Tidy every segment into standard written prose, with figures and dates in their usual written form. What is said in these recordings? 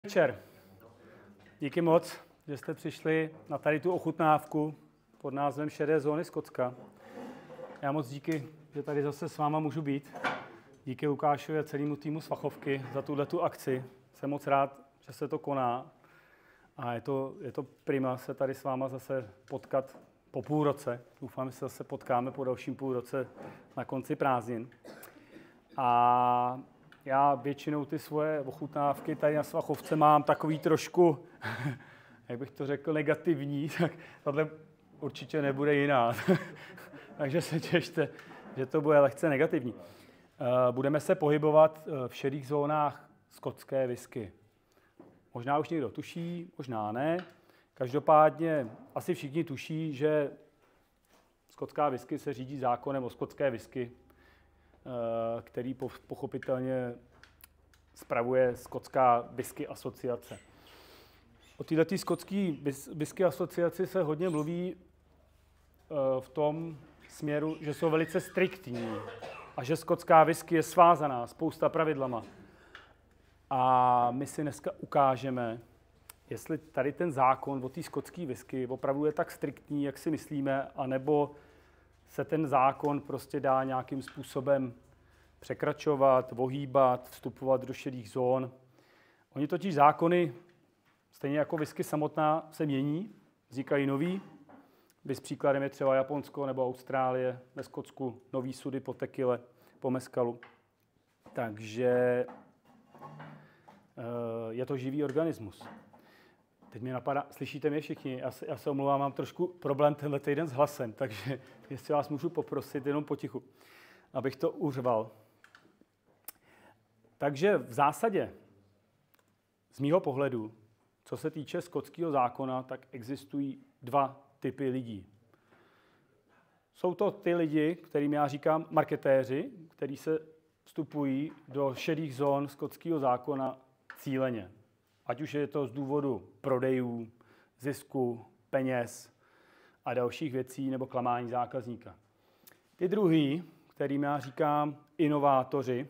Večer. Díky moc, že jste přišli na tady tu ochutnávku pod názvem Šedé zóny Skotska. Já moc díky, že tady zase s váma můžu být. Díky Lukášovi a celému týmu Svachovky za tuhletu akci. Jsem moc rád, že se to koná. A je to prima se tady s váma zase potkat po půl roce. Doufám, že se zase potkáme po dalším půl roce na konci prázdnin. A já většinou ty svoje ochutnávky tady na Svachovce mám takový trošku, jak bych to řekl, negativní, tak tahle určitě nebude jiná. Takže se těšte, že to bude lehce negativní. Budeme se pohybovat v šedých zónách skotské whisky. Možná už někdo tuší, možná ne. Každopádně asi všichni tuší, že skotská whisky se řídí zákonem o skotské whisky, který pochopitelně spravuje Skotská whisky asociace. O této skotské whisky asociaci se hodně mluví v tom směru, že jsou velice striktní a že skotská whisky je svázaná spousta pravidlama. A my si dneska ukážeme, jestli tady ten zákon o té skotské whisky opravdu je tak striktní, jak si myslíme, anebo se ten zákon prostě dá nějakým způsobem překračovat, ohýbat, vstupovat do šedých zón. Oni totiž zákony, stejně jako whisky samotná, se mění, vznikají nový. Vys příkladem je třeba Japonsko nebo Austrálie, ve Skotsku nový sudy po tekile, po mezcalu. Takže je to živý organismus. Teď mi napadá, slyšíte mě všichni, já se omlouvám, mám trošku problém tenhle týden s hlasem, takže jestli vás můžu poprosit jenom potichu, abych to uřval. Takže v zásadě, z mýho pohledu, co se týče skotského zákona, tak existují dva typy lidí. Jsou to ty lidi, kterým já říkám marketéři, kteří se vstupují do šedých zón skotského zákona cíleně. Ať už je to z důvodu prodejů, zisku, peněz a dalších věcí nebo klamání zákazníka. Ty druhý, kterým já říkám inovátoři,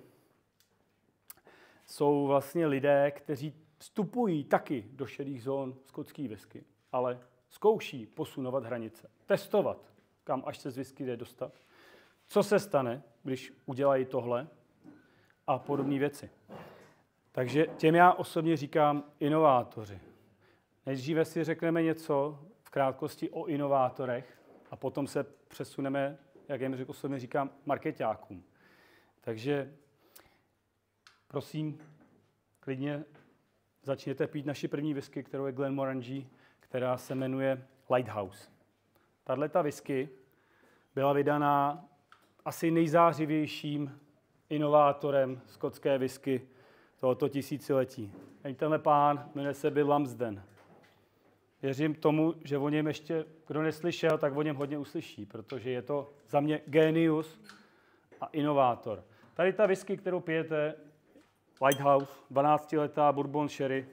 jsou vlastně lidé, kteří vstupují taky do šedých zón skotské whisky, ale zkouší posunovat hranice, testovat, kam až se z whisky jde dostat, co se stane, když udělají tohle a podobné věci. Takže těm já osobně říkám inovátoři. Nejdříve si řekneme něco v krátkosti o inovátorech a potom se přesuneme, jak jim osobně říkám, markeťákům. Takže prosím, klidně začněte pít naši první whisky, kterou je Glenmorangie, která se jmenuje Lighthouse. Tato whisky byla vydaná asi nejzářivějším inovátorem skotské whisky tohoto tisíciletí. Tenhle pán jmenuje se Bill Lumsden. Věřím tomu, že o něm ještě, kdo neslyšel, tak o něm hodně uslyší, protože je to za mě génius a inovátor. Tady ta whisky, kterou pijete, Lighthouse, 12letá bourbon sherry,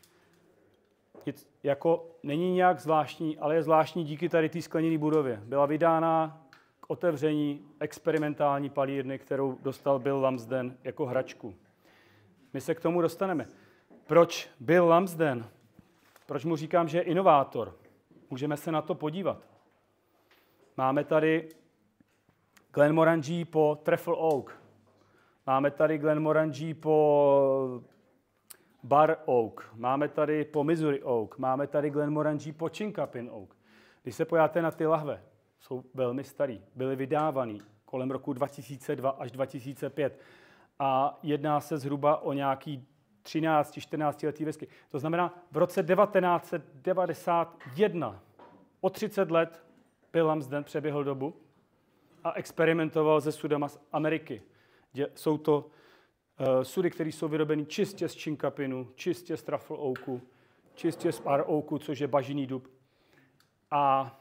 jako není nějak zvláštní, ale je zvláštní díky tady té skleněné budově. Byla vydána k otevření experimentální palírny, kterou dostal Bill Lumsden jako hračku. My se k tomu dostaneme. Proč Bill Lumsden? Proč mu říkám, že je inovátor? Můžeme se na to podívat. Máme tady Glenmorangie po Truffle Oak. Máme tady Glenmorangie po Bar Oak. Máme tady po Missouri Oak. Máme tady Glenmorangie po Chinkapin Oak. Když se pojáte na ty lahve, jsou velmi starý. Byly vydávaný kolem roku 2002 až 2005. A jedná se zhruba o nějaký 13-14 letý whisky. To znamená, v roce 1991, o 30 let, Bill Lumsden přeběhl dobu a experimentoval se sudama z Ameriky. Jsou to sudy, které jsou vyrobeny čistě z Chinkapinu, čistě z Truffle Oaku, čistě z Bar Oaku, což je bažinný dub. A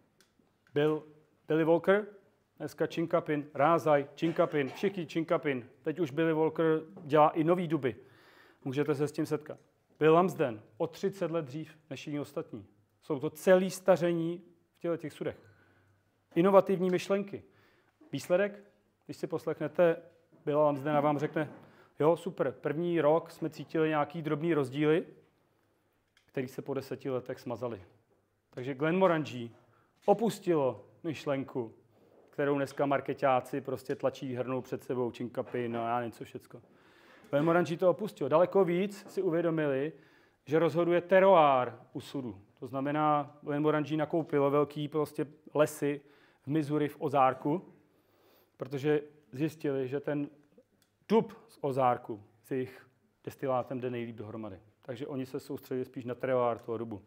Billy Walker, dneska Chinkapin, Rázaj, Chinkapin, všichni Chinkapin. Teď už Billy Walker dělá i nový duby. Můžete se s tím setkat. Bill Lumsden o 30 let dřív než jiní ostatní. Jsou to celý staření v těch sudech. Inovativní myšlenky. Výsledek, když si poslechnete Billa Lumsdena, vám řekne, Jo, super. První rok jsme cítili nějaký drobný rozdíly, který se po 10 letech smazaly. Takže Glenmorangie opustilo myšlenku, kterou dneska markeťáci prostě tlačí, hrnou před sebou, činkapy, no já nevím co všecko. Glenmorangie to opustilo. Daleko víc si uvědomili, že rozhoduje teroár u sudu. To znamená, Glenmorangie nakoupilo velký prostě lesy v Missouri v Ozárku, protože zjistili, že ten dub z Ozárku s jejich destilátem jde nejlíp dohromady. Takže oni se soustředili spíš na teroár toho dubu.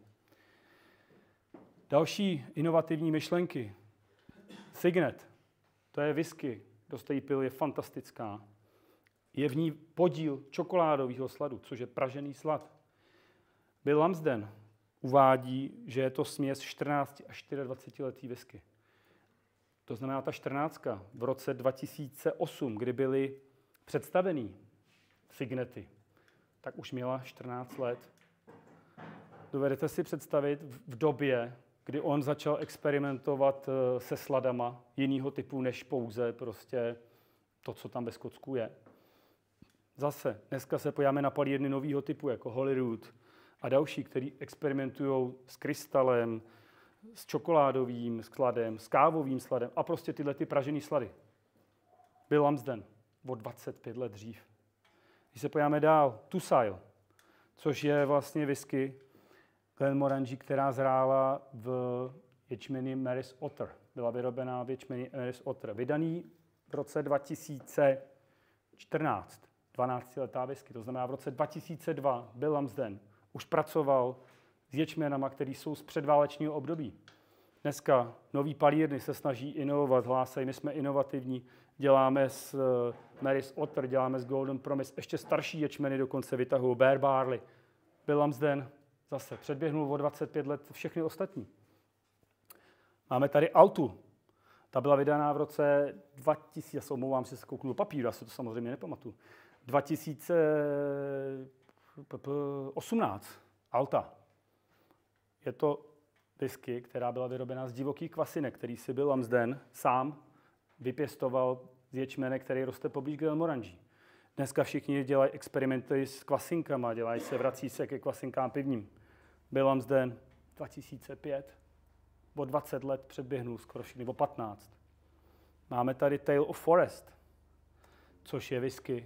Další inovativní myšlenky. Signet, to je whisky, kdo jste ji pil, je fantastická. Je v ní podíl čokoládového sladu, což je pražený slad. Bill Lumsden uvádí, že je to směs 14 až 24 letý whisky. To znamená, ta 14 v roce 2008, kdy byly představený Signety, tak už měla 14 let. Dovedete si představit v době, kdy on začal experimentovat se sladama jiného typu, než pouze prostě to, co tam ve Skotsku je. Zase, dneska se podíváme na palírny nového typu, jako Holyrood a další, který experimentují s krystalem, s čokoládovým skladem, s kávovým sladem a prostě tyhle ty pražený slady. Bill Lumsden o 25 let dřív. Když se podíváme dál, Tusail, což je vlastně whisky Glenmorangie, která zrála v ječmeni Maris Otter. Byla vyrobená v ječmeni Maris Otter. Vydaný v roce 2014, 12letá whisky. To znamená, v roce 2002 Bill Lumsden už pracoval s ječmenama, který jsou z předválečného období. Dneska nový palírny se snaží inovovat, hlásají, my jsme inovativní, děláme s Maris Otter, děláme s Golden Promise, ještě starší ječmeny dokonce vytahují, Bare Barley. Bill Lumsden zase předběhnul o 25 let všechny ostatní. Máme tady Altu. Ta byla vydaná v roce 2000, já se omlouvám, že se kouknu do papíru, já se to samozřejmě nepamatuju. 2018. Alta. Je to whisky, která byla vyrobená z divokých kvasinek, který si Bill Lumsden sám vypěstoval z ječmene, který roste poblíž Glenmorangie. Dneska všichni dělají experimenty s kvasinkama, vrací se ke kvasinkám pivním. Bill Lumsden 2005, o 20 let předběhnul skoro všichni, o 15. Máme tady Tale of Forest, což je whisky.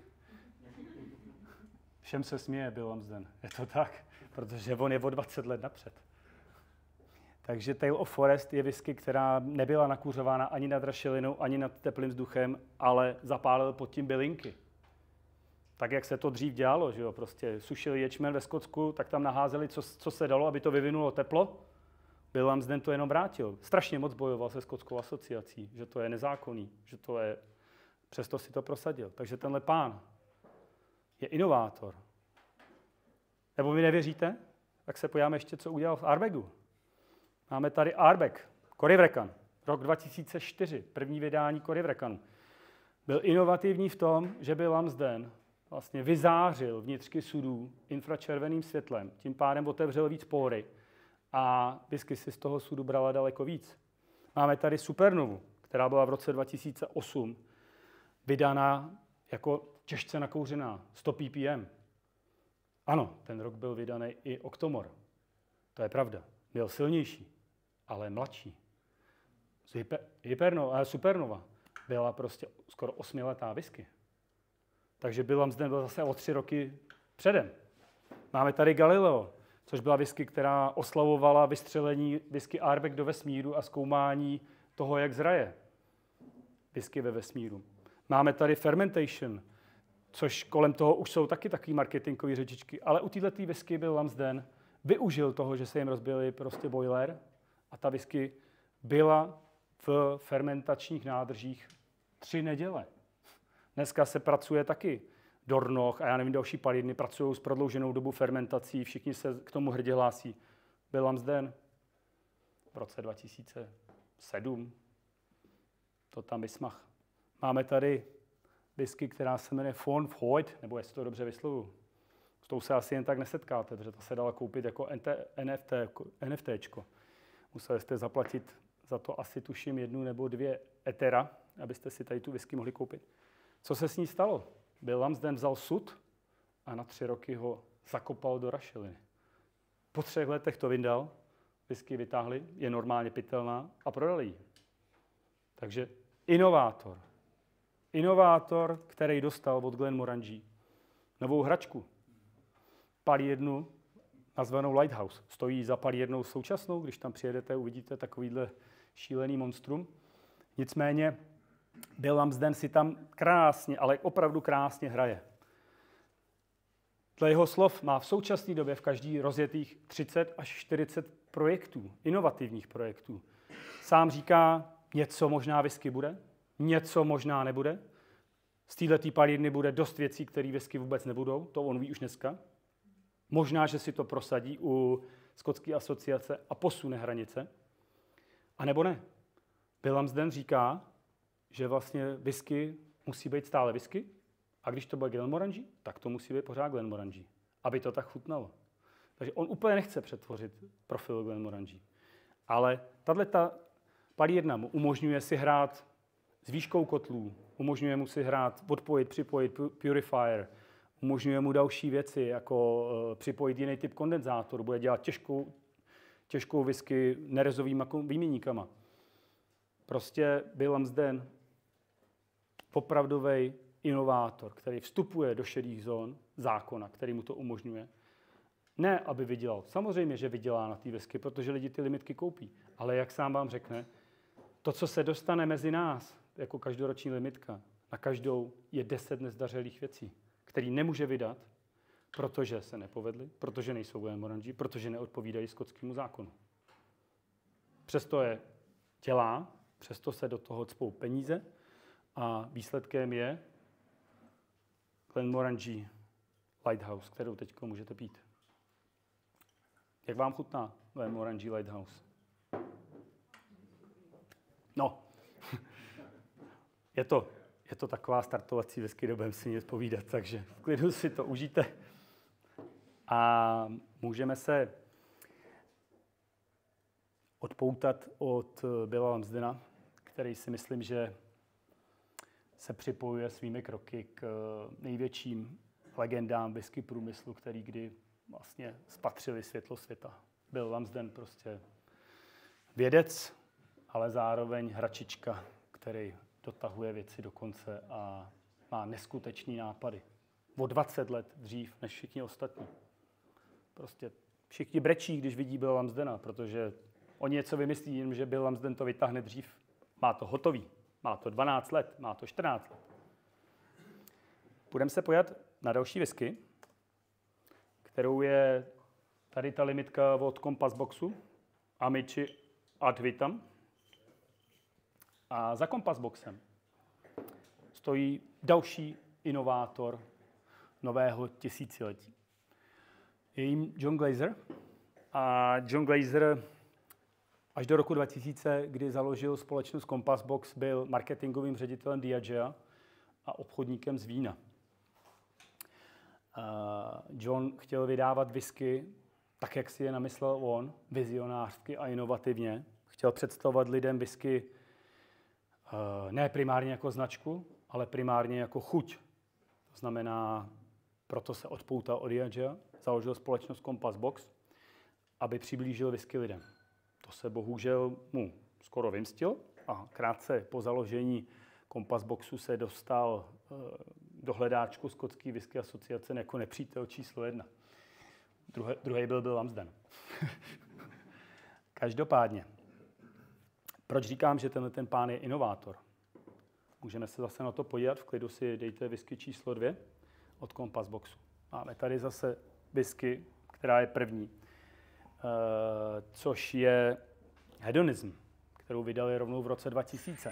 Všem se směje Bill Lumsden, je to tak, protože on je o 20 let napřed. Takže Tale of Forest je whisky, která nebyla nakuřována ani nad rašelinou, ani nad teplým vzduchem, ale zapálil pod tím bylinky. Tak, jak se to dřív dělalo, že jo, prostě sušili ječmen ve Skotsku, tak tam naházeli, co se dalo, aby to vyvinulo teplo. Bill Lumsden to jenom vrátil. Strašně moc bojoval se Skotskou asociací, že to je nezákonný, že to je, přesto si to prosadil. Takže tenhle pán je inovátor. Nebo mi nevěříte? Tak se podíváme ještě, co udělal v Ardbegu. Máme tady Ardbeg, Corryvreckan, rok 2004, první vydání Corryvreccanu. Byl inovativní v tom, že Bill Lumsden vlastně vyzářil vnitřky sudů infračerveným světlem, tím pádem otevřel víc pory a whisky si z toho sudu brala daleko víc. Máme tady Supernovu, která byla v roce 2008 vydána jako těžce nakouřená, 100 ppm. Ano, ten rok byl vydaný i Octomore. To je pravda. Byl silnější, ale mladší. Supernova byla prostě skoro 8letá whisky. Takže Bill Lumsden byl zase o 3 roky předem. Máme tady Galileo, což byla whisky, která oslavovala vystřelení whisky Ardbeg do vesmíru a zkoumání toho, jak zraje whisky ve vesmíru. Máme tady Fermentation, což kolem toho už jsou taky takový marketingové řečičky, ale u této whisky Bill Lumsden využil toho, že se jim rozbili prostě boiler a ta whisky byla v fermentačních nádržích 3 neděle. Dneska se pracuje taky Dornoch a já nevím, další palírny pracují s prodlouženou dobu fermentací, všichni se k tomu hrdě hlásí. Bill Lumsden v roce 2007 to tam vysmach. Máme tady whisky, která se jmenuje Fawn Void, nebo jestli to dobře vyslovuju. S tou se asi jen tak nesetkáte, protože ta se dala koupit jako NFTčko. Museli jste zaplatit za to asi tuším 1 nebo 2 etera, abyste si tady tu whisky mohli koupit. Co se s ní stalo? Bill Lumsden vzal sud a na 3 roky ho zakopal do rašeliny. Po 3 letech to vyndal, whisky vytáhli, je normálně pitelná a prodali ji. Takže inovátor, který dostal od Glenmorangie novou hračku, palírnu nazvanou Lighthouse. Stojí za palírnou současnou, když tam přijedete, uvidíte takovýhle šílený monstrum. Nicméně Bill Lumsden si tam krásně, ale opravdu krásně hraje. Dle jeho slov má v současné době v každý rozjetých 30 až 40 projektů, inovativních projektů. Sám říká, něco možná whisky bude, něco možná nebude. Z této palírny bude dost věcí, které whisky vůbec nebudou, to on ví už dneska. Možná, že si to prosadí u Skotské asociace a posune hranice. A nebo ne. Bill Lumsden říká, že vlastně whisky musí být stále whisky a když to bude Glenmorangie, tak to musí být pořád Glenmorangie, aby to tak chutnalo. Takže on úplně nechce přetvořit profil Glenmorangie. Ale tato palírna mu umožňuje si hrát s výškou kotlů, umožňuje mu si hrát, odpojit, připojit purifier, umožňuje mu další věci, jako připojit jiný typ kondenzátoru, bude dělat těžkou whisky nerezovými výměníkama. Prostě Bill Lumsden, opravdový inovátor, který vstupuje do šedých zón zákona, který mu to umožňuje. Ne, aby vydělal. Samozřejmě, že vydělá na té whisky, protože lidi ty limitky koupí. Ale jak sám vám řekne, to, co se dostane mezi nás, jako každoroční limitka, na každou je 10 nezdařilých věcí, který nemůže vydat, protože se nepovedly, protože nejsou Glenmorangie, protože neodpovídají skotskému zákonu. Přesto je dělá, přesto se do toho cpou peníze a výsledkem je Glenmorangie Lighthouse, kterou teď můžete pít. Jak vám chutná Glenmorangie Lighthouse? No, je to taková startovací whisky, budeme si nic povídat, takže v klidu si to užijte. A můžeme se odpoutat od Billa Lumsdena, který si myslím, že se připojuje svými kroky k největším legendám whisky průmyslu, který kdy vlastně spatřili světlo světa. Bill Lumsden prostě vědec, ale zároveň hračička, který dotahuje věci do konce a má neskutečný nápady. O 20 let dřív než všichni ostatní. Prostě všichni brečí, když vidí Billa Lumsdena, protože oni něco vymyslí, jenže Bill Lumsden to vytáhne dřív. Má to hotový. Má to 12 let, má to 14 let. Půjdeme se pojat na další whisky, kterou je tady ta limitka od Compass Boxu, Amici Ad Vitam. A za Compass Boxem stojí další inovátor nového tisíciletí. Je jím John Glaser. A John Glaser až do roku 2000, kdy založil společnost Compass Box, byl marketingovým ředitelem Diagea a obchodníkem z vína. John chtěl vydávat whisky tak, jak si je namyslel on, vizionářsky a inovativně. Chtěl představovat lidem whisky ne primárně jako značku, ale primárně jako chuť. To znamená, proto se odpoutal od Diagea, založil společnost Compass Box, aby přiblížil whisky lidem. To se bohužel mu skoro vymstil a krátce po založení Compass Boxu se dostal do hledáčku Skotské whisky asociace jako nepřítel číslo 1. Druhý byl Lumsden. Každopádně, proč říkám, že ten pán je inovátor? Můžeme se zase na to podívat, v klidu si dejte whisky číslo 2 od Compass Boxu. Máme tady zase whisky, která je první, což je Hedonism, kterou vydali rovnou v roce 2000.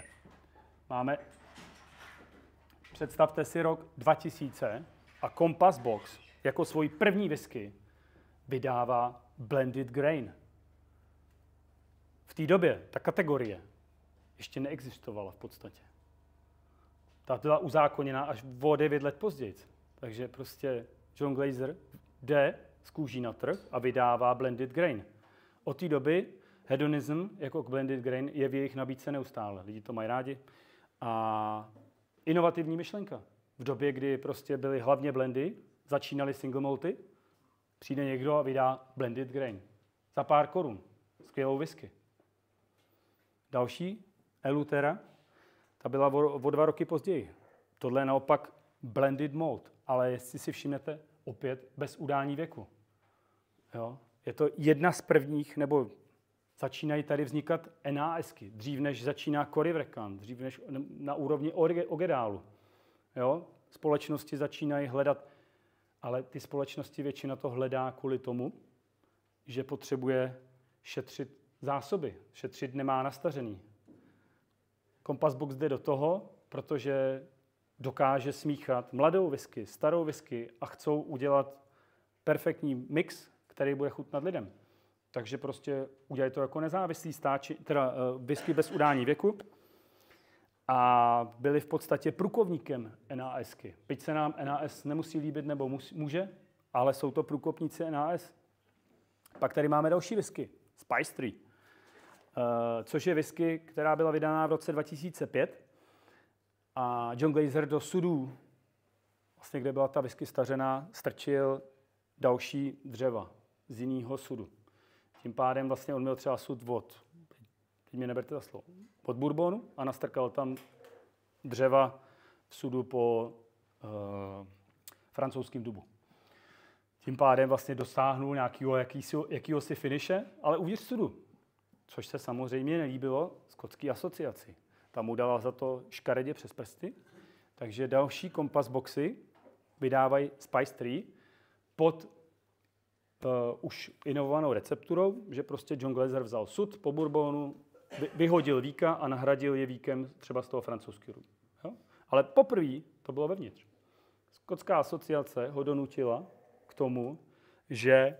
Představte si rok 2000 a Compass Box jako svůj první whisky vydává Blended Grain. V té době ta kategorie ještě neexistovala v podstatě. Ta byla uzákoněná až o 9 let později. Takže prostě John Glaser jde z kůží na trh a vydává Blended Grain. Od té doby Hedonism jako Blended Grain je v jejich nabídce neustále. Lidi to mají rádi. A inovativní myšlenka. v době, kdy prostě byly hlavně blendy, začínaly single malty, přijde někdo a vydá blended grain. Za pár korun. Skvělou whisky. Další, Eleuthera, ta byla o 2 roky později. Tohle je naopak blended malt, ale jestli si všimnete, opět bez udání věku. Jo? Je to jedna z prvních, nebo začínají tady vznikat NASky, dřív než začíná Corryvreckan, dřív než na úrovni Ogedálu. Jo? Společnosti začínají hledat, ale ty společnosti většina to hledá kvůli tomu, že potřebuje šetřit zásoby, šetřit nemá nastařený. Compass Box jde do toho, protože dokáže smíchat mladou whisky, starou whisky a chcou udělat perfektní mix, který bude chutnat lidem. Takže prostě udělají to jako nezávislý teda whisky bez udání věku a byli v podstatě průkovníkem NASky. Byť se nám NAS nemusí líbit nebo může, ale jsou to průkopníci NAS. Pak tady máme další whisky, Spice Tree, což je whisky, která byla vydána v roce 2005 a John Glaser do sudu, vlastně kde byla ta whisky stařená, strčil další dřeva z jiného sudu. Tím pádem vlastně on měl třeba sud teď mě neberte za slovo, od bourbonu a nastrkal tam dřeva v sudu po francouzském dubu. Tím pádem vlastně dosáhnul nějakého jakýhosi finiše, ale uvnitř sudu, což se samozřejmě nelíbilo skotské asociaci. Tam mu dala za to škaredě přes prsty, takže další Compass Boxy vydávají Spice Tree pod už inovovanou recepturou, že prostě John Glaser vzal sud po bourbonu, vyhodil víka a nahradil je víkem třeba z toho francouzského rubu. Ale poprvé to bylo vevnitř. Skotská asociace ho donutila k tomu, že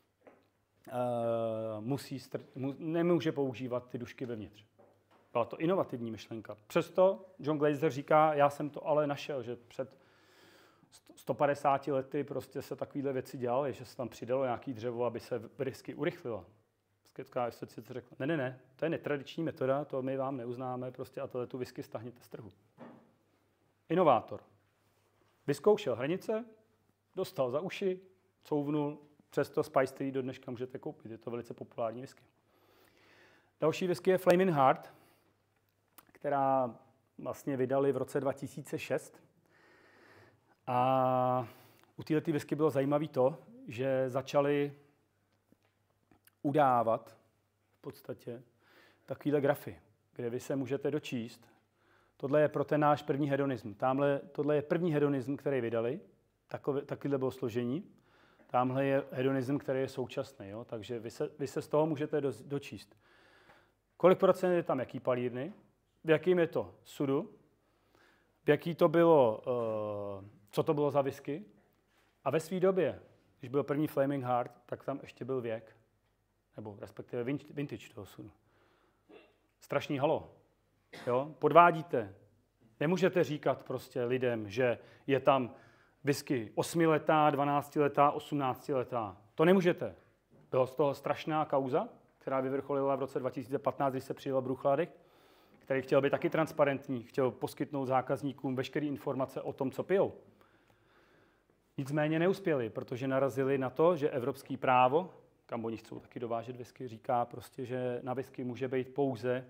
nemůže používat ty dušky vevnitř. Byla to inovativní myšlenka. Přesto John Glaser říká, já jsem to ale našel, že před 150 lety prostě se takovéhle věci dělaly, že se tam přidalo nějaký dřevo, aby se whisky urychlila. Skotská asociace řekla, ne, to je netradiční metoda, to my vám neuznáme, prostě a tohle tu whisky stáhněte z trhu. Inovátor. Vyzkoušel hranice, dostal za uši, couvnul, přesto Spice Tree do dneška můžete koupit, je to velice populární whisky. Další whisky je Flaming Heart, která vlastně vydali v roce 2006. A u této whisky bylo zajímavé to, že začali udávat v podstatě takovéhle grafy, kde vy se můžete dočíst. Tohle je pro ten náš první hedonism. Tohle je první hedonism, který vydali. Takovéhle bylo složení. Tamhle je hedonism, který je současný. Jo? Takže vy se z toho můžete dočíst. Kolik procent je tam jaký palírny, v jakým je to sudu, v jaký to bylo, co to bylo za whisky. A ve své době, když byl první Flaming Heart, tak tam ještě byl věk, nebo respektive vintage toho sudu. Strašný halo. Jo? Podvádíte. Nemůžete říkat prostě lidem, že je tam whisky 8letá, 12letá, 18letá. To nemůžete. Byla z toho strašná kauza, která vyvrcholila v roce 2015, když se přijel Bruichladdich, který chtěl být taky transparentní, chtěl poskytnout zákazníkům veškeré informace o tom, co pijou. Nicméně neuspěli, protože narazili na to, že evropský právo, kam oni chcou taky dovážet whisky, říká prostě, že na whisky může být pouze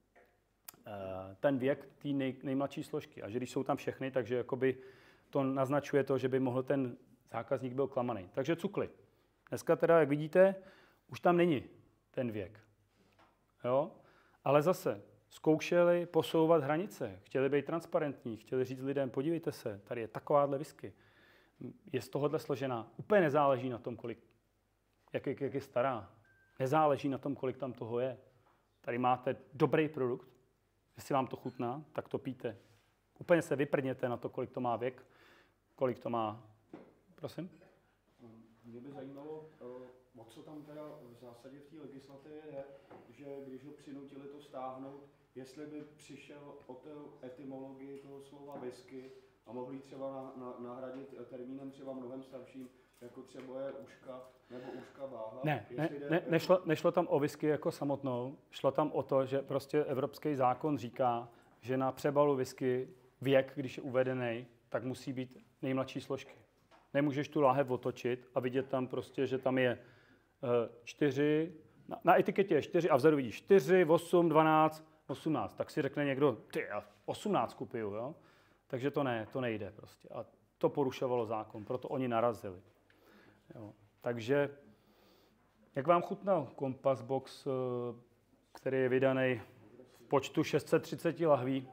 ten věk té nejmladší složky. A že když jsou tam všechny, takže jakoby to naznačuje to, že by mohl ten zákazník byl klamaný. Takže cukli. Dneska teda, jak vidíte, už tam není ten věk. Jo? Ale zase zkoušeli posouvat hranice, chtěli být transparentní, chtěli říct lidem, podívejte se, tady je takováhle whisky. Je z tohohle složená. Úplně nezáleží na tom, jak je stará. Nezáleží na tom, kolik tam toho je. Tady máte dobrý produkt, jestli vám to chutná, tak to pijte. Úplně se vyprdněte na to, kolik to má věk, kolik to má. Prosím? Mě by zajímalo, o co tam teda v zásadě v té legislativě je, že když ho přinutili to stáhnout, jestli by přišel o tu etymologii toho slova whisky a mohli třeba nahradit termínem třeba mnohem starším, jako třeba je uška nebo uška váha. Nešlo tam o whisky jako samotnou, šlo tam o to, že prostě evropský zákon říká, že na přebalu whisky věk, když je uvedený, tak musí být nejmladší složky. Nemůžeš tu láhev otočit a vidět tam prostě, že tam je 4, na etiketě je 4 a vzadu vidíš 4, 8, 12, 18. Tak si řekne někdo, ty, já 18 kupiju, jo? Takže to nejde prostě. A to porušovalo zákon, proto oni narazili. Jo. Takže, jak vám chutnal Compass Box, který je vydaný v počtu 630 lahví?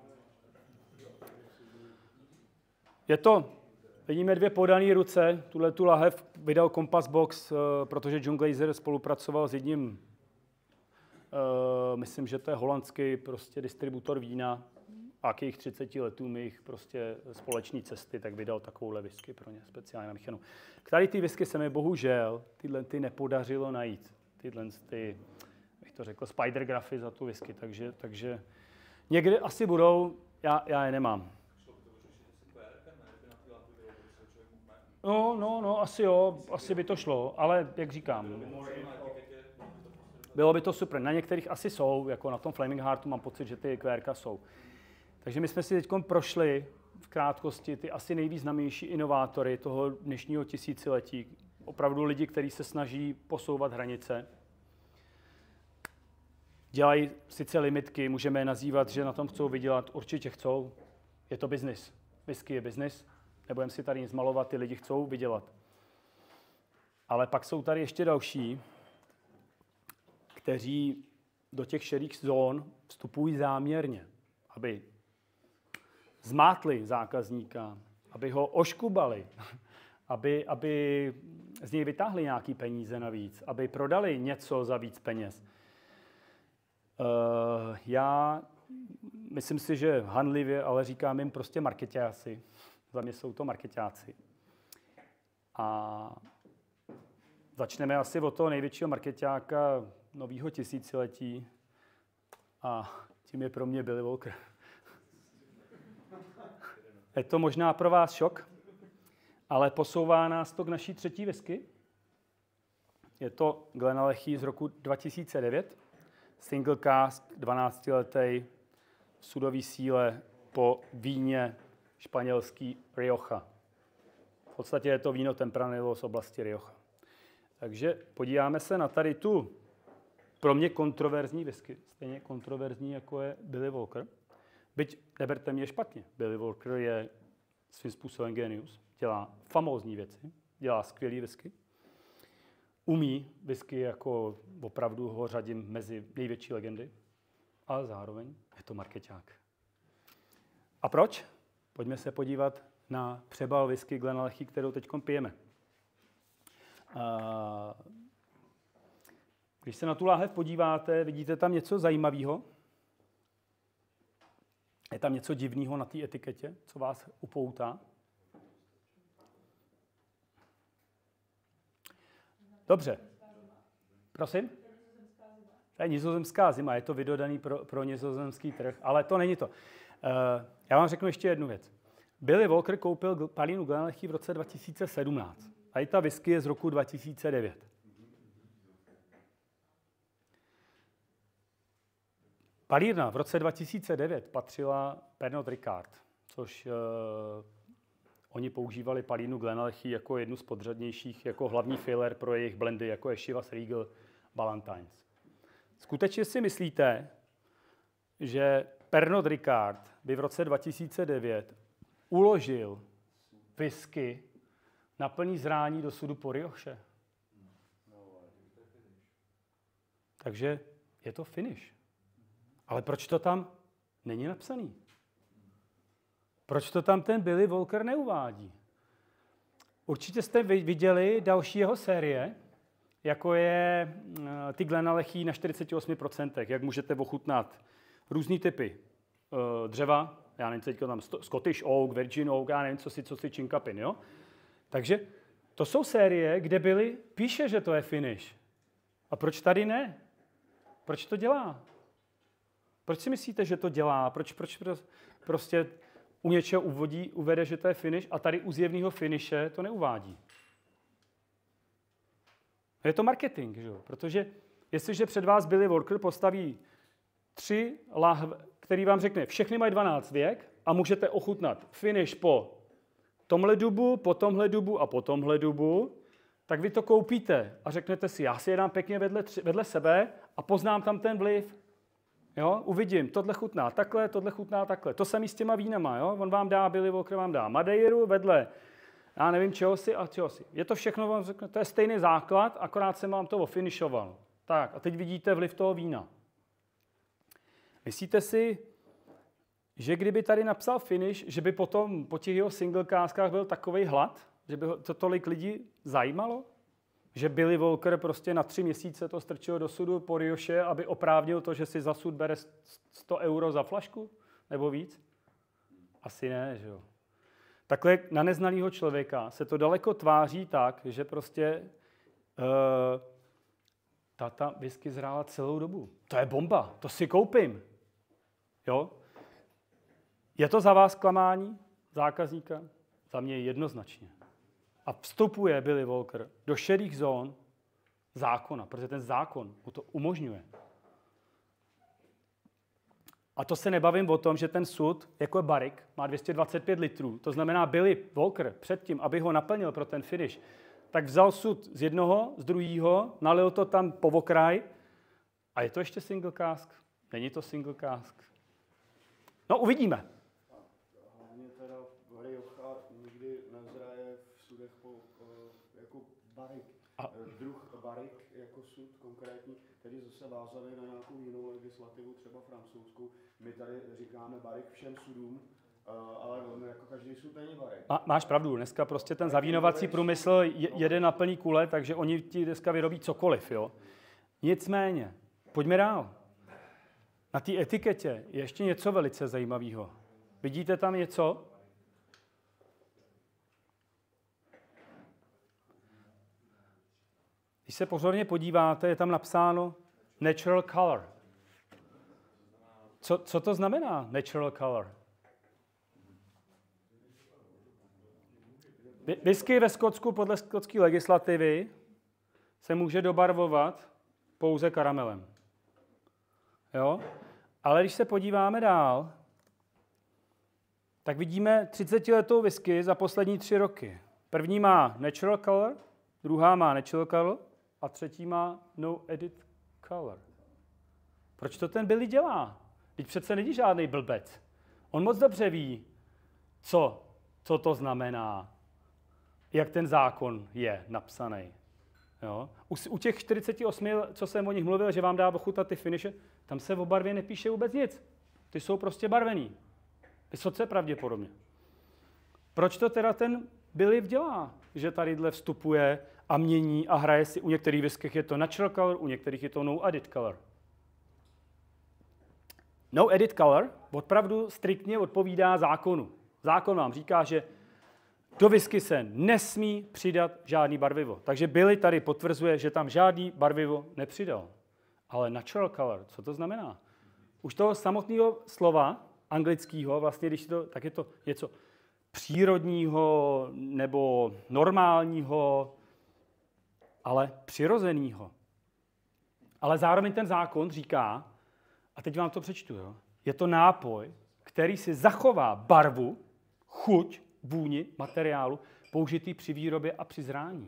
Je to, vidíme 2 podané ruce, tu lahev vydal Compass Box, protože John Glaser spolupracoval s jedním, myslím, že to je holandský prostě distributor vína a k jejich 30 letům jejich prostě společní cesty, tak vydal takovouhle whisky pro ně speciálně namíchanou. K tady ty whisky se mi bohužel tyhle nepodařilo najít. Tyhle, bych to řekl, spidergrafy za tu whisky, takže někde asi budou, já je nemám. No, asi jo, asi by to šlo, ale jak říkám, bylo by to super. Na některých asi jsou, jako na tom Flaming Heartu mám pocit, že ty QRka jsou. Takže my jsme si teď prošli v krátkosti ty asi nejvýznamnější inovátory toho dnešního tisíciletí. Opravdu lidi, kteří se snaží posouvat hranice. Dělají sice limitky, můžeme je nazývat, že na tom chcou vydělat, určitě chcou. Je to biznis. Whisky je biznis. Nebudeme si tady nic malovat, ty lidi chcou vydělat. Ale pak jsou tady ještě další, kteří do těch šedých zón vstupují záměrně, aby zmátli zákazníka, aby ho oškubali, aby z něj vytáhli nějaký peníze navíc, aby prodali něco za víc peněz. Já myslím si, že hanlivě, ale říkám jim prostě markeťáci. Za mě jsou to markeťáci. A začneme asi od toho největšího markeťáka nového tisíciletí a tím je pro mě Billy Walker. Je to možná pro vás šok, ale posouvá nás to k naší třetí whisky. Je to Glenallachie z roku 2009, single cask, 12letý, v sudové síle po víně španělský Rioja. V podstatě je to víno Tempranillo z oblasti Rioja. Takže podíváme se na tady tu pro mě kontroverzní whisky, stejně kontroverzní, jako je Billy Walker. Byť neberte mě špatně, Billy Walker je svým způsobem genius, dělá famózní věci, dělá skvělý whisky, umí whisky jako opravdu ho řadím mezi největší legendy, ale zároveň je to markeťák. A proč? Pojďme se podívat na přebal whisky Glenallachie, kterou teď pijeme. Když se na tu láhev podíváte, vidíte tam něco zajímavého? Je tam něco divného na té etiketě, co vás upoutá? Dobře. Prosím? To je nizozemská zima, je to vydodaný pro nizozemský trh, ale to není to. Já vám řeknu ještě jednu věc. Billy Walker koupil palínu Glenallachie v roce 2017. A i ta whisky je z roku 2009. Palírna v roce 2009 patřila Pernod Ricard, což oni používali palínu Glenallachie jako jednu z podřadnějších, jako hlavní filler pro jejich blendy, jako je Chivas Regal, Ballantines. Skutečně si myslíte, že Pernod Ricard by v roce 2009 uložil whisky na plný zrání do sudu po Rioše? Takže je to finish. Ale proč to tam není napsaný? Proč to tam ten Billy Walker neuvádí? Určitě jste viděli další jeho série, jako je ty Glenallachie na 48%, jak můžete ochutnat různý typy dřeva, já nevím, teďka tam Scottish Oak, Virgin Oak, já nevím, co si činkapin, jo? Takže to jsou série, kde Billy píše, že to je finish. A proč tady ne? Proč to dělá? Proč si myslíte, že to dělá? Proč prostě u něčeho uvede, že to je finish a tady u zjevného finishe to neuvádí? Je to marketing, že jo? Protože jestliže před vás Billy Walker postaví 3 lahve, který vám řekne, všechny mají 12 věk a můžete ochutnat finish po tomhle dubu, po tomhle dubu a po tomhle dubu, tak vy to koupíte a řeknete si, já si je dám pěkně vedle sebe a poznám tam ten vliv. Jo? Uvidím, tohle chutná takhle, tohle chutná takhle. To samý s těma vínama. Jo? On vám dá, Billy Walker vám dá Madeiru vedle, já nevím, čeho si a čeho si. Je to všechno, vám řekne, to je stejný základ, akorát jsem vám to ofinišoval. Tak a teď vidíte vliv toho vína. Myslíte si, že kdyby tady napsal finish, že by potom po těch jeho single káskách byl takovej hlad, že by to tolik lidí zajímalo? Že Billy Walker prostě na 3 měsíce to strčil do sudu po Rioše, aby oprávnil to, že si za sud bere 100 euro za flašku? Nebo víc? Asi ne, že jo. Takhle na neznalýho člověka se to daleko tváří tak, že prostě ta whisky zrála celou dobu. To je bomba, to si koupím. Jo? Je to za vás klamání zákazníka? Za mě jednoznačně. A vstupuje Billy Walker do šedých zón zákona, protože ten zákon mu to umožňuje. A to se nebavím o tom, že ten sud, jako je Barrick, má 225 litrů. To znamená, Billy Walker předtím, aby ho naplnil pro ten finish, tak vzal sud z jednoho, z druhého, nalil to tam po okraj a je to ještě single cask? Není to single cask? No, uvidíme. Hlavně teda Rioja nikdy nezraje v sudech jako Barrick. Druh Barrick jako sud konkrétní, tedy zase vázaný na nějakou jinou legislativu, třeba francouzskou. My tady říkáme Barrick všem sudům, ale jako každý sud není Barrick. Máš pravdu, dneska prostě ten zavínovací průmysl jede na plný kule, takže oni ti dneska vyrobí cokoliv. Jo? Nicméně, pojďme dál. Na té etiketě je ještě něco velice zajímavého. Vidíte tam něco? Když se pozorně podíváte, je tam napsáno natural color. Co to znamená natural color? Whisky ve Skotsku podle skotské legislativy se může dobarvovat pouze karamelem. Jo? Ale když se podíváme dál, tak vidíme 30letou whisky za poslední 3 roky. První má natural color, druhá má natural color a třetí má no edit color. Proč to ten Billy dělá? Teď přece není žádný blbec. On moc dobře ví, co to znamená, jak ten zákon je napsaný. Jo? U těch 48, co jsem o nich mluvil, že vám dá ochutnat ty finishe, tam se o barvě nepíše vůbec nic. Ty jsou prostě barvený. Vysoce pravděpodobně. Proč to teda ten Billy dělá? Že tadyhle vstupuje a mění a hraje si. U některých whiskych je to natural color, u některých je to no edit color. No edit color opravdu striktně odpovídá zákonu. Zákon vám říká, že do whisky se nesmí přidat žádný barvivo. Takže Billy tady potvrzuje, že tam žádný barvivo nepřidal. Ale natural color, co to znamená? Už toho samotného slova anglického, vlastně, tak je to něco přírodního nebo normálního, ale přirozeného. Ale zároveň ten zákon říká, a teď vám to přečtu, jo? Je to nápoj, který si zachová barvu, chuť, vůni, materiálu, použitý při výrobě a při zrání.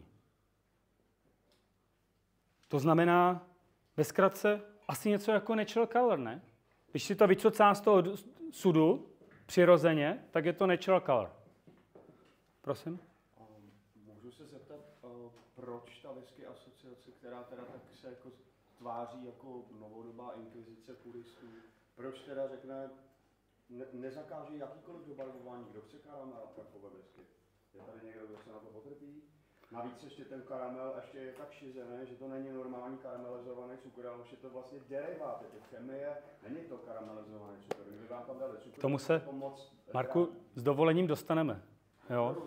To znamená, ve zkratce, asi něco jako natural color, ne? Když si to vycocá z toho sudu přirozeně, tak je to natural color. Prosím? Můžu se zeptat, proč ta whisky asociace, která teda tak se jako tváří jako novodobá inkvizice puristů, proč teda řekne, nezakáže jakýkoliv dobarvování, kdo chce karamel a takové whisky? Je tady někdo, kdo se na to potrpí? Navíc ještě ten karamel ještě je tak šizený, že to není normální karamelizovaný cukr, ale už je to vlastně derivát, je to chemie, není to karamelizovaný cukr. Kdyby vám tam dali cukr, k tomu se, Marku, s dovolením dostaneme. Jo?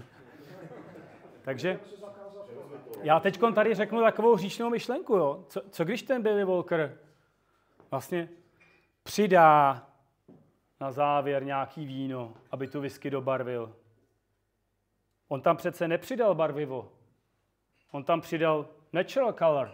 Takže já teď tady řeknu takovou hříšnou myšlenku. Jo? Co když ten Billy Walker vlastně přidá na závěr nějaký víno, aby tu whisky dobarvil? On tam přece nepřidal barvivo. On tam přidal natural color.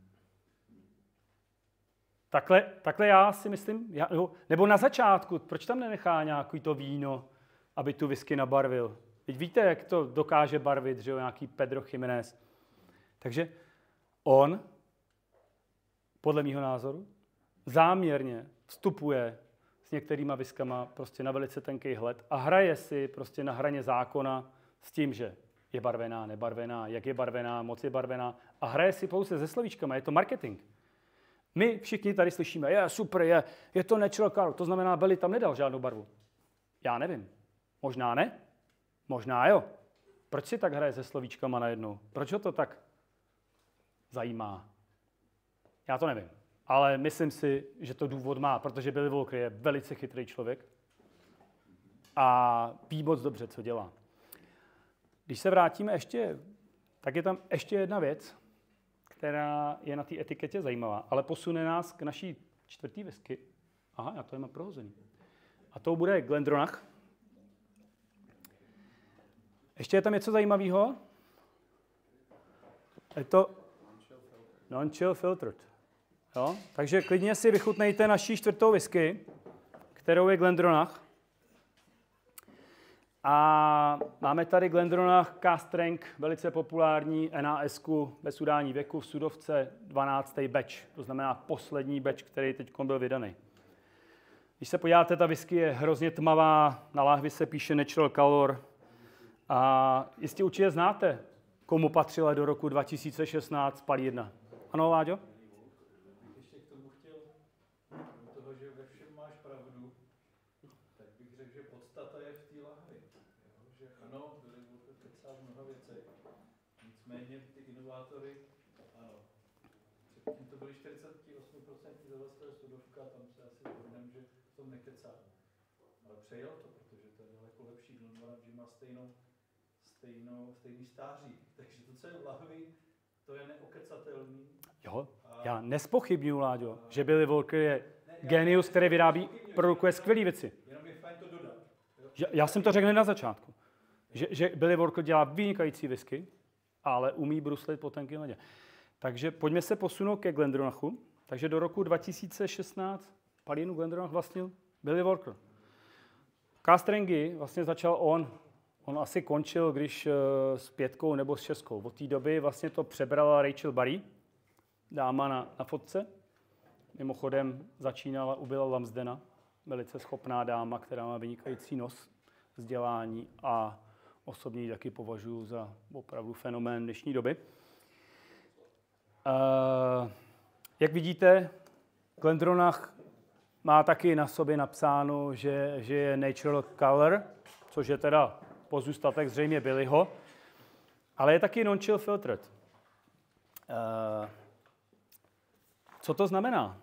Takhle já si myslím, nebo na začátku, proč tam nenechá nějaký to víno, aby tu whisky nabarvil? Teď víte, jak to dokáže barvit, že jo, nějaký Pedro Jiménez. Takže on, podle mýho názoru, záměrně vstupuje s některýma viskama prostě na velice tenký hled a hraje si prostě na hraně zákona s tím, že je barvená, nebarvená, jak je barvená, moc je barvená a hraje si pouze se slovíčkama, je to marketing. My všichni tady slyšíme, je super, je to natural color, to znamená, Belly tam nedal žádnou barvu. Já nevím. Možná ne, možná jo. Proč si tak hraje se slovíčkama najednou? Proč ho to tak zajímá? Já to nevím. Ale myslím si, že to důvod má, protože Billy Walker je velice chytrý člověk a ví moc dobře, co dělá. Když se vrátíme ještě, tak je tam ještě jedna věc, která je na té etiketě zajímavá, ale posune nás k naší čtvrtý whisky. Aha, já to mám prohozený. A to bude Glendronach. Ještě je tam něco zajímavého. Je to non-chill filtered. Jo? Takže klidně si vychutnejte naší čtvrtou whisky, kterou je Glendronach. A máme tady Glendronach Cask Strength, velice populární NAS-ku bez udání věku v sudovce 12. batch. To znamená poslední batch, který teď byl vydaný. Když se podíváte, ta whisky je hrozně tmavá, na láhvi se píše Natural Color. A jistě určitě znáte, komu patřila do roku 2016 Pal 1. Ano, Láďo? Ještě k tomu chtěl, toho, že ve všem máš pravdu, tak bych řekl, že podstata je v té lahvi. Že ano, Billy Walker kecá v mnoha věcech. Nicméně ty inovátory, ano. Předtím to byly 48% zavazové sudovka, tam se asi dohodneme, že v tom nekecá. Ale přejel to, protože to je daleko lepší. Glendronach, že má stejný stáří. Takže to, co je v lahvi, to je neokecatelný. Jo, já nespochybnuju, Láďo, že Billy Walker je genius, který vyrábí, produkuje skvělé věci. Jenom je fajn to dodat. Já jsem to řekl na začátku, že Billy Walker dělá vynikající whisky, ale umí bruslit po tenkém ledě. Takže pojďme se posunout ke Glendronachu. Takže do roku 2016 Palinu Glendronach vlastnil Billy Walker. Cask Strength vlastně začal on asi končil, když s 5 nebo s 6. Od té doby vlastně to přebrala Rachel Barry, dáma na fotce. Mimochodem začínala u Billa Lumsdena, velice schopná dáma, která má vynikající nos, vzdělání a osobně ji taky považuji za opravdu fenomén dnešní doby. Jak vidíte, Glendronach má taky na sobě napsáno, že je natural color, což je teda pozůstatek zřejmě Billyho, ale je taky non-chill filtered. Co to znamená?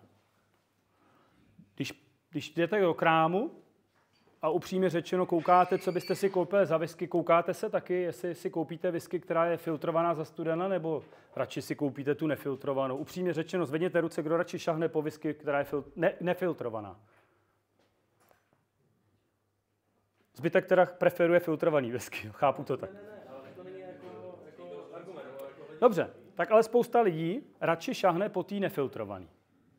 Když jdete do krámu a upřímně řečeno koukáte, co byste si koupili za whisky, koukáte se taky, jestli si koupíte whisky, která je filtrovaná, zastudena, nebo radši si koupíte tu nefiltrovanou. Upřímně řečeno, zvedněte ruce, kdo radši šahne po whisky, která je nefiltrovaná. Zbytek teda preferuje filtrovaný whisky, chápu to tak. Ale to není jako argument. Dobře, tak ale spousta lidí radši šahne po té nefiltrovaný.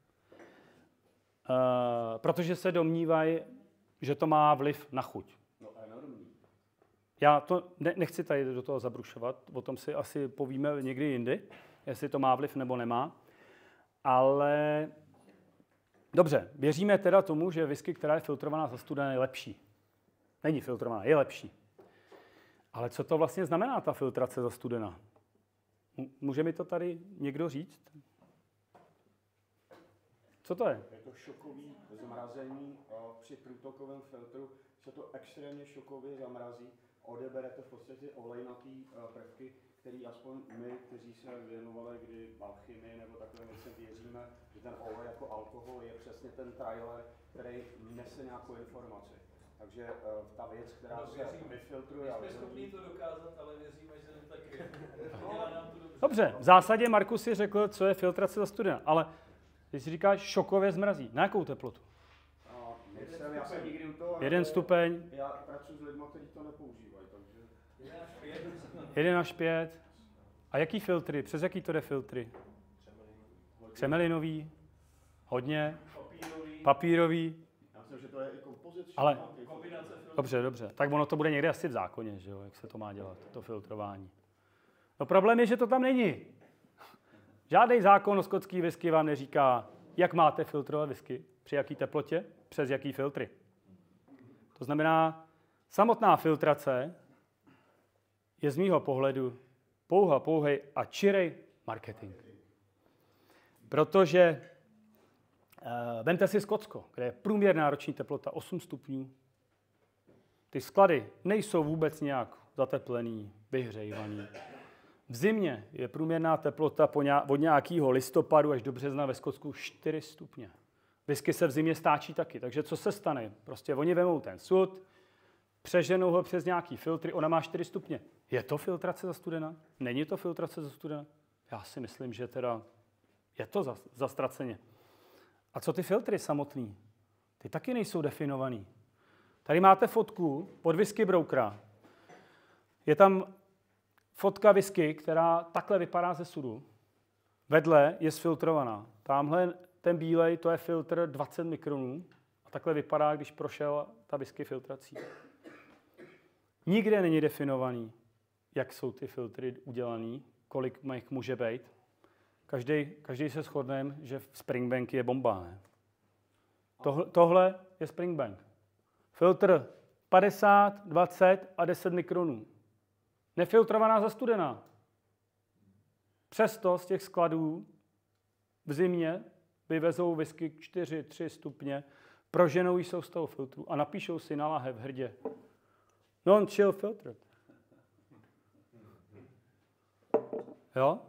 Protože se domnívají, že to má vliv na chuť. No enormní. Já to nechci tady do toho zabrušovat, o tom si asi povíme někdy jindy, jestli to má vliv nebo nemá. Ale dobře, věříme teda tomu, že whisky, která je filtrovaná zastudená, je lepší. Není filtrovaná, je lepší. Ale co to vlastně znamená, ta filtrace zastudená? Může mi to tady někdo říct? Co to je? Je to šokový zmrazení při průtokovém filtru, se to extrémně šokově zamrazí, odeberete v podstatě olejnatý prvky, který aspoň my, kteří se věnovali kdy alchymii nebo takové věci, věříme, že ten olej jako alkohol je přesně ten trailer, který nese nějakou informaci. Takže ta věc, která se vyfiltruje... Jsme schopni to dokázat, ale věříme, že to tak je. Dobře, v zásadě Markus si řekl, co je filtrace zastudená, ale když si říkáš šokově zmrazí, na jakou teplotu? Já jsem nikdy u toho... 1 stupeň. Já pracuji s lidmi, kteří to nepoužívají, takže... 1 až 5. A jaký filtry? Přes jaký to jde filtry? Křemelinový? Hodně? Papírový? Myslím, že to je i kompoziční. Ale Kombinace filtrů. dobře. Tak ono to bude někde asi v zákoně, že jo, jak se to má dělat, to filtrování. No problém je, že to tam není. Žádný zákon o skotský whisky vám neříká, jak máte filtrovat whisky, při jaký teplotě, přes jaký filtry. To znamená, samotná filtrace je z mýho pohledu pouhej a čirej marketing. Protože vemte si Skotsko, kde je průměrná roční teplota 8 stupňů. Ty sklady nejsou vůbec nějak zateplený, vyhřejvaný. V zimě je průměrná teplota od nějakého listopadu až do března ve Skotsku 4 stupně. Whisky se v zimě stáčí taky, takže co se stane? Prostě oni vemou ten sud, přeženou ho přes nějaký filtry, ona má 4 stupně. Je to filtrace zastudená? Není to filtrace zastudená? Já si myslím, že teda je to zastraceně. A co ty filtry samotný? Ty taky nejsou definovaný. Tady máte fotku pod whisky brokera. Je tam fotka whisky, která takhle vypadá ze sudu. Vedle je sfiltrovaná. Tamhle ten bílej, to je filtr 20 mikronů. A takhle vypadá, když prošel ta whisky filtrací. Nikde není definovaný, jak jsou ty filtry udělaný, kolik jich může být. Každý se shodneme, že Springbank je bomba. Ne? Tohle je Springbank. Filtr 50, 20 a 10 mikronů. Nefiltrovaná zastudená. Přesto z těch skladů v zimě vyvezou whisky 4-3 stupně, proženou ji jsou z toho filtru a napíšou si na lahev hrdě non-chill filtered. Jo?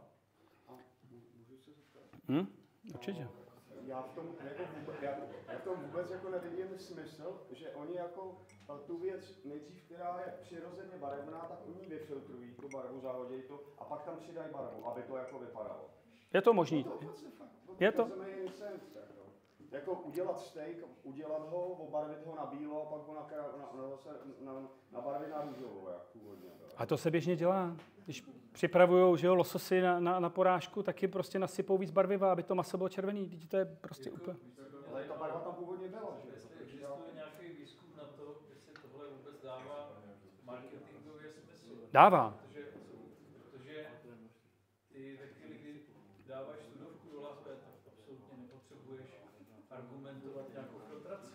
Určitě. Já v tom vůbec jako nevidím smysl, že oni jako tu věc nejdřív, která je přirozeně barevná, tak oni vyfiltrují tu barvu, zahodí to a pak tam přidají barvu, aby to jako vypadalo. Je to možný. Je to. Jako udělat steak, udělat ho, obarvit ho na bílo a pak ho nabarvit na růžovou, jak původně bylo. A to se běžně dělá. Když připravujou, že jo, lososy na porážku, tak jim prostě nasypou víc barviva, aby to maso bylo červený. Teď to je prostě úplně. Ale ta barva tam původně byla, že? Jestli existuje nějaký výzkum na to, jestli tohle vůbec dává marketingově smysl. Dává. Protože ty ve chvíli, kdy dáváš sudovku do lahve, tak absolutně nepotřebuješ argumentovat nějakou filtrací.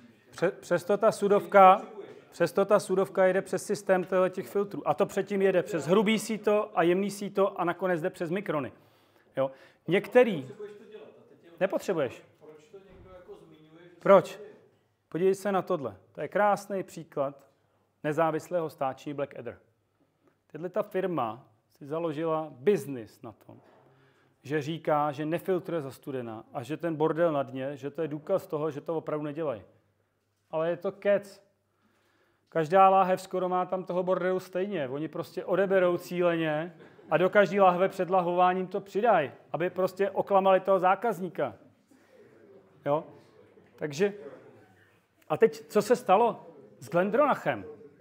Přesto ta sudovka jede přes systém těch filtrů. A to předtím jede přes hrubý síto a jemný síto a nakonec jde přes mikrony. Jo? Některý... Nepotřebuješ to dělat. Nepotřebuješ. Proč to někdo jako zmiňuje? Proč? Podívej se na tohle. To je krásný příklad nezávislého stáčí Blackadder. Tato firma si založila biznis na tom, že říká, že nefiltruje zastudená a že ten bordel na dně, že to je důkaz toho, že to opravdu nedělají. Ale je to kec. Každá láhev skoro má tam toho bordelu stejně. Oni prostě odeberou cíleně a do každé láhve před lahováním to přidají, aby prostě oklamali toho zákazníka. Jo? Takže, a teď, co se stalo s Glendronachem?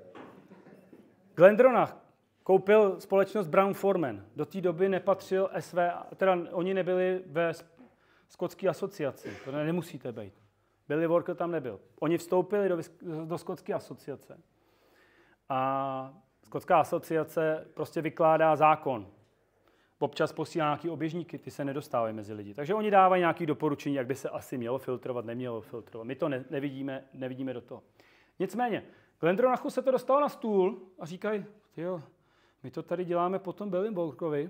Glendronach koupil společnost Brown-Forman. Do té doby nepatřil SV, teda oni nebyli ve skotské asociaci, to nemusíte být. Billy Walker tam nebyl. Oni vstoupili do skotské asociace. A skotská asociace prostě vykládá zákon. Občas posílá nějaký oběžníky, ty se nedostávají mezi lidi. Takže oni dávají nějaké doporučení, jak by se asi mělo filtrovat, nemělo filtrovat. My to nevidíme do toho. Nicméně, Glendronachu se to dostalo na stůl a říkají, jo, my to tady děláme potom Billy Walkerovi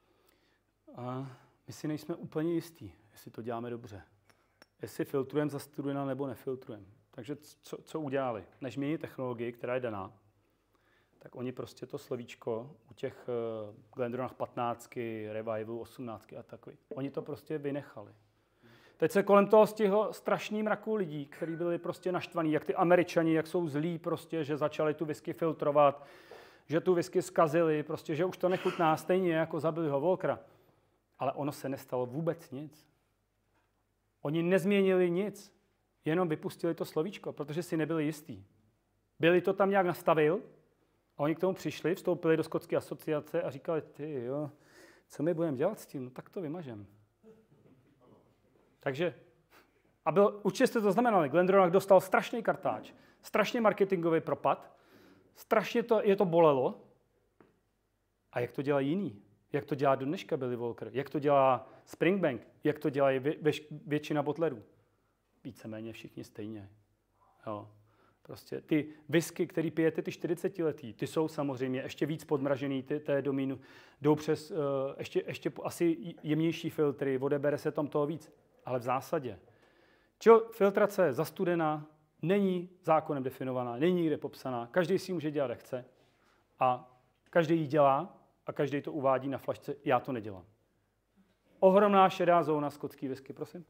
a my si nejsme úplně jistí, jestli to děláme dobře. Jestli filtrujeme zastudená nebo nefiltrujeme. Takže co udělali? Než mění technologii, která je daná, tak oni prostě to slovíčko u těch Glendronach 15, Revival 18 a takový, oni to prostě vynechali. Teď se kolem toho stihlo strašný mraku lidí, kteří byli prostě naštvaní, jak ty Američani, jak jsou zlí prostě, že začali tu whisky filtrovat, že tu whisky zkazili, prostě, že už to nechutná stejně jako za Billyho Walkera. Ale ono se nestalo vůbec nic. Oni nezměnili nic, jenom vypustili to slovíčko, protože si nebyli jistí. Billy to tam nějak nastavil a oni k tomu přišli, vstoupili do skotské asociace a říkali, ty jo, co my budeme dělat s tím? No tak to vymažem. Takže A určitě jste to znamenali, GlenDronach dostal strašný kartáč, strašně marketingový propad, strašně je to bolelo. A jak to dělá jiný? Jak to dělá do dneška Billy Walker? Jak to dělá Springbank? Jak to dělají většina botlerů? Víceméně všichni stejně. Jo. Prostě ty whisky, které pijete, ty 40letý, ty jsou samozřejmě ještě víc podmražený, té domínu, jdou přes ještě asi jemnější filtry, odebere se tam toho víc. Ale v zásadě, filtrace zastudená není zákonem definovaná, není nikde popsaná, každý si ji může dělat, jak chce a každý ji dělá a každý to uvádí na flašce, já to nedělám. Ohromná šedá zóna skotský whisky, prosím.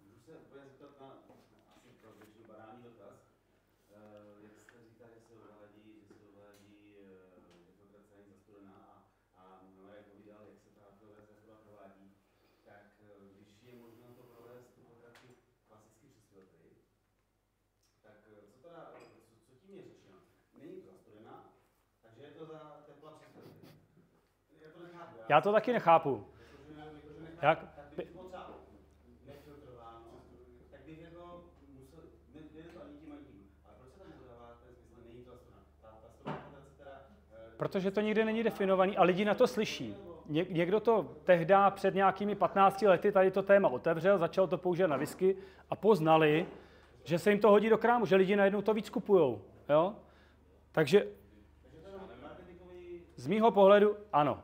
Já to taky nechápu. Jak? Protože to nikdy není definovaný a lidi na to slyší. Někdo to tehdy před nějakými 15 lety tady to téma otevřel, začal to používat na whisky a poznali, že se jim to hodí do krámu, že lidi najednou to víc kupujou. Jo? Takže z mýho pohledu ano.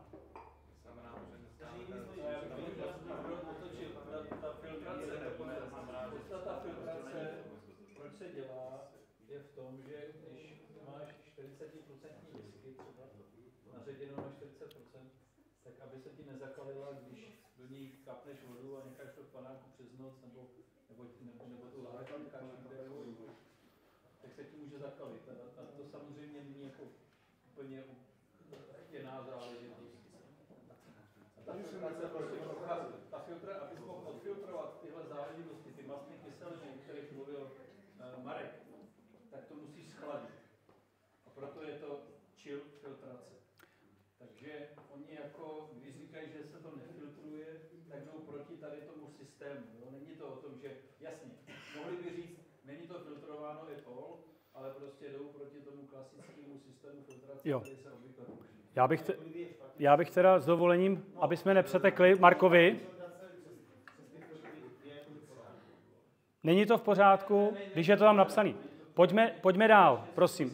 Tak se ti může zakalit. A to samozřejmě není jako úplně chtěná záležitost. Ta filtrace prostě prochází. Ta filtra, abys mohl odfiltrovat tyhle záležitosti, ty mastné kyseliny, o kterých mluvil Marek, tak to musíš schladit. A proto je to chill filtrace. Takže oni jako, když říkají, že se to nefiltruje, tak jdou proti tady tomu systému. Jo? Není to o tom, že jasně, mohli by říct, není to filtrováno i pol, ale prostě jdou proti tomu klasickému systému filtrace, který se obvykle používá. Já bych teda s dovolením, aby jsme nepřetekli Markovi. Není to v pořádku, když je to tam napsaný. Pojďme dál, prosím.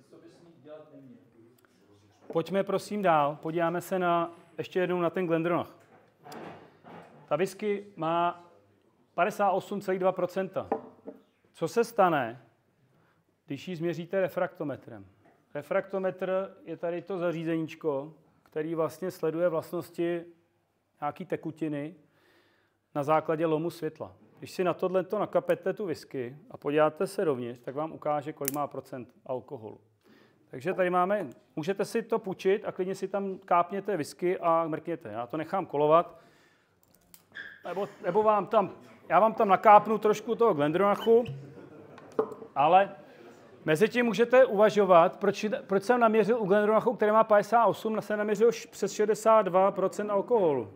Pojďme prosím dál, podíváme se ještě jednou na ten GlenDronach. Ta whisky má 58,2%. Co se stane, když ji změříte refraktometrem? Refraktometr je tady to zařízeníčko, který vlastně sleduje vlastnosti nějaký tekutiny na základě lomu světla. Když si na tohleto nakapete tu whisky a podíváte se dovnitř, tak vám ukáže, kolik má procent alkoholu. Takže tady máme, můžete si to půjčit a klidně si tam kápněte whisky a mrkněte. Já to nechám kolovat, nebo já vám tam nakápnu trošku toho GlenDronachu, ale mezi tím můžete uvažovat, proč jsem naměřil u GlenDronachu, který má 58, jsem naměřil přes 62% alkoholu.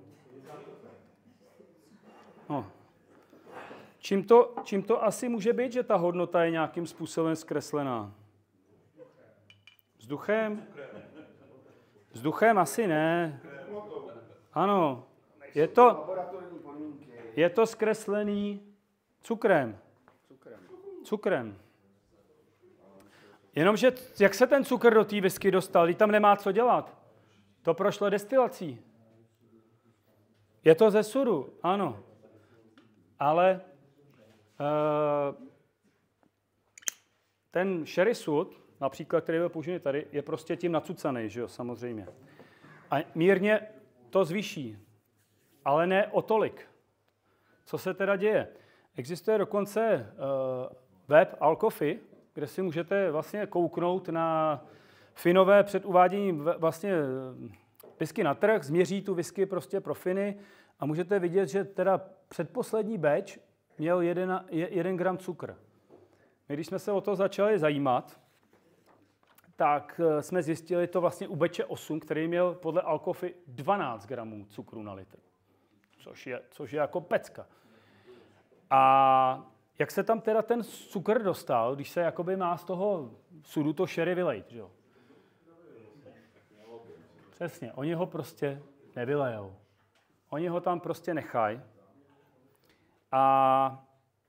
No. Čím to asi může být, že ta hodnota je nějakým způsobem zkreslená? Vzduchem? Vzduchem asi ne. Ano. Je to zkreslený cukrem. Cukrem. Jenomže jak se ten cukr do té whisky dostal? Když tam nemá co dělat. To prošlo destilací. Je to ze sudu, ano. Ale ten sherry sud, například, který byl použený tady, je prostě tím nacucaný, že jo, samozřejmě. A mírně to zvýší, ale ne o tolik. Co se teda děje? Existuje dokonce web Alcofi, kde si můžete vlastně kouknout na Finové před uváděním vlastně whisky na trh, změří tu whisky prostě pro Finy a můžete vidět, že teda předposlední batch měl 1 gram cukr. My, když jsme se o to začali zajímat, tak jsme zjistili to vlastně u batche 8, který měl podle Alcofi 12 gramů cukru na litr, což je jako pecka. A jak se tam teda ten cukr dostal, když se jakoby má z toho sudu to sherry vylejt, že jo? Přesně, oni ho prostě nevylejou. Oni ho tam prostě nechají. A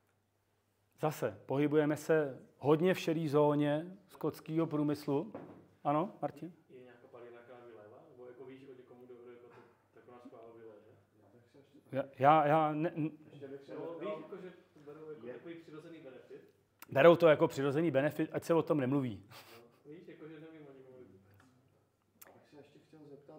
zase, pohybujeme se hodně v šedé zóně skotského průmyslu. Ano, Martin? Je nějaká palina, která vylévá? Nebo jako víš o někomu, kdo jako tak nás chvála vyléže? Já ne, Víš, jako, že berou jako takový přirozený benefit? berou to jako přirozený benefit, ať se o tom nemluví. Víš, jako, že nevím o někomu. Tak se ještě chtěl zeptat,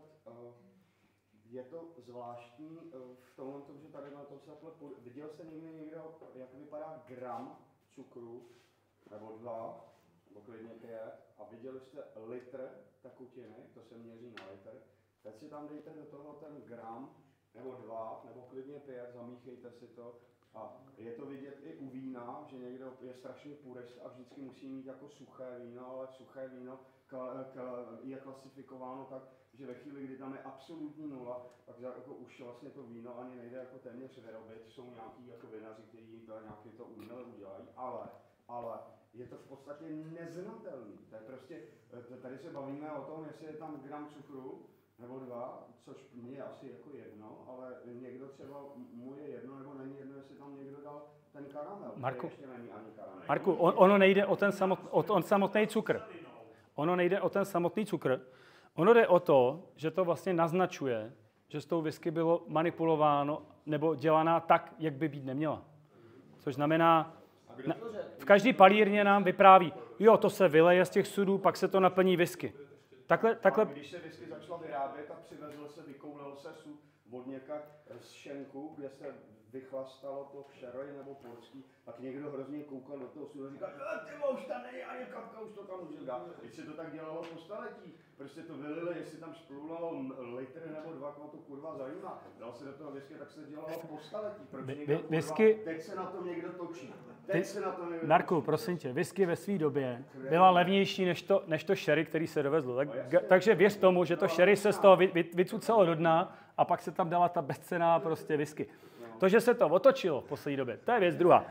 je to zvláštní v tomhle tom, že tady na tom se takhle viděl jste někdo, jak vypadá gram cukru, nebo 2, nebo klidně 5, a viděli jste litr tekutiny, to se měří na litr, teď si tam dejte do toho ten gram, nebo 2, nebo klidně 5, zamíchejte si to, a je to vidět i u vína, že někdo je strašně purist a vždycky musí mít jako suché víno, ale suché víno je klasifikováno tak, že ve chvíli, kdy tam je absolutní nula, tak jako už vlastně to víno ani nejde jako téměř vyrobit. Jsou nějaký jako vinaři, kteří nějaký to uměle udělají, ale je to v podstatě neznatelný. To je prostě, tady se bavíme o tom, jestli je tam gram cukru, nebo 2, což mě je asi jako jedno, ale někdo třeba mu je jedno, nebo není jedno, jestli tam někdo dal ten karamel. Marku, ještě není ani karamel. Marku, ono nejde o ten samotný cukr. Ono nejde o ten samotný cukr. Ono jde o to, že to vlastně naznačuje, že s tou whisky bylo manipulováno nebo dělaná tak, jak by být neměla. Což znamená, v každé palírně nám vypráví, jo, to se vyleje z těch sudů, pak se to naplní whisky. Takhle. Když se whisky začala vyrábět, tak vykoulel se sud od někak z šenku, kde se vychlastalo to sherry nebo portský, tak někdo hrozně koukal do toho sudu a říkal, ty už tam není ani kapka, už to tam můžu dát. Když se to tak dělalo po staletí, prostě to vylili, jestli tam splunalo litr nebo 2, to kurva zajímá. Dal se do toho whisky, tak se dělalo po staletí. Proč někdo, whisky, teď se na tom někdo točí. Marku, prosím tě, whisky ve své době byla levnější než to sherry, který se dovezlo. Takže věř tomu, že to sherry se z toho vycucalo do dna a pak se tam dala ta bezcenná prostě whisky. To, že se to otočilo v poslední době, to je věc druhá.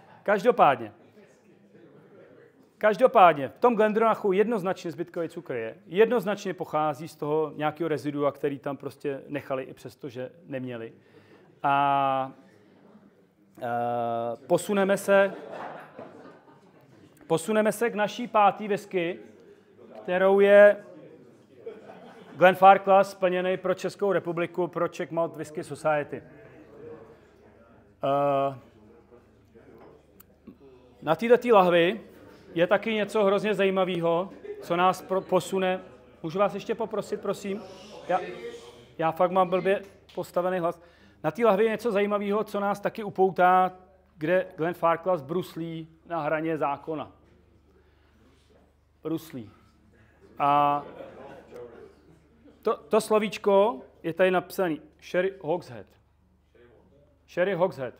Každopádně, v tom Glendronnachu jednoznačně zbytkový cukr je. Jednoznačně pochází z toho nějakého rezidua, který tam prostě nechali i přesto, že neměli. A posuneme se k naší pátý whisky, kterou je Glenfarclas splněný pro Českou republiku, pro Czech Malt Whisky Society. Na této lahvi je taky něco hrozně zajímavého, co nás posune. Můžu vás ještě poprosit, prosím? Já fakt mám blbě postavený hlas. Na té lahvi je něco zajímavého, co nás taky upoutá, kde Glenfarclas bruslí na hraně zákona. Bruslí. A to slovíčko je tady napsané Sherry Hogshead. Sherry Hogshead.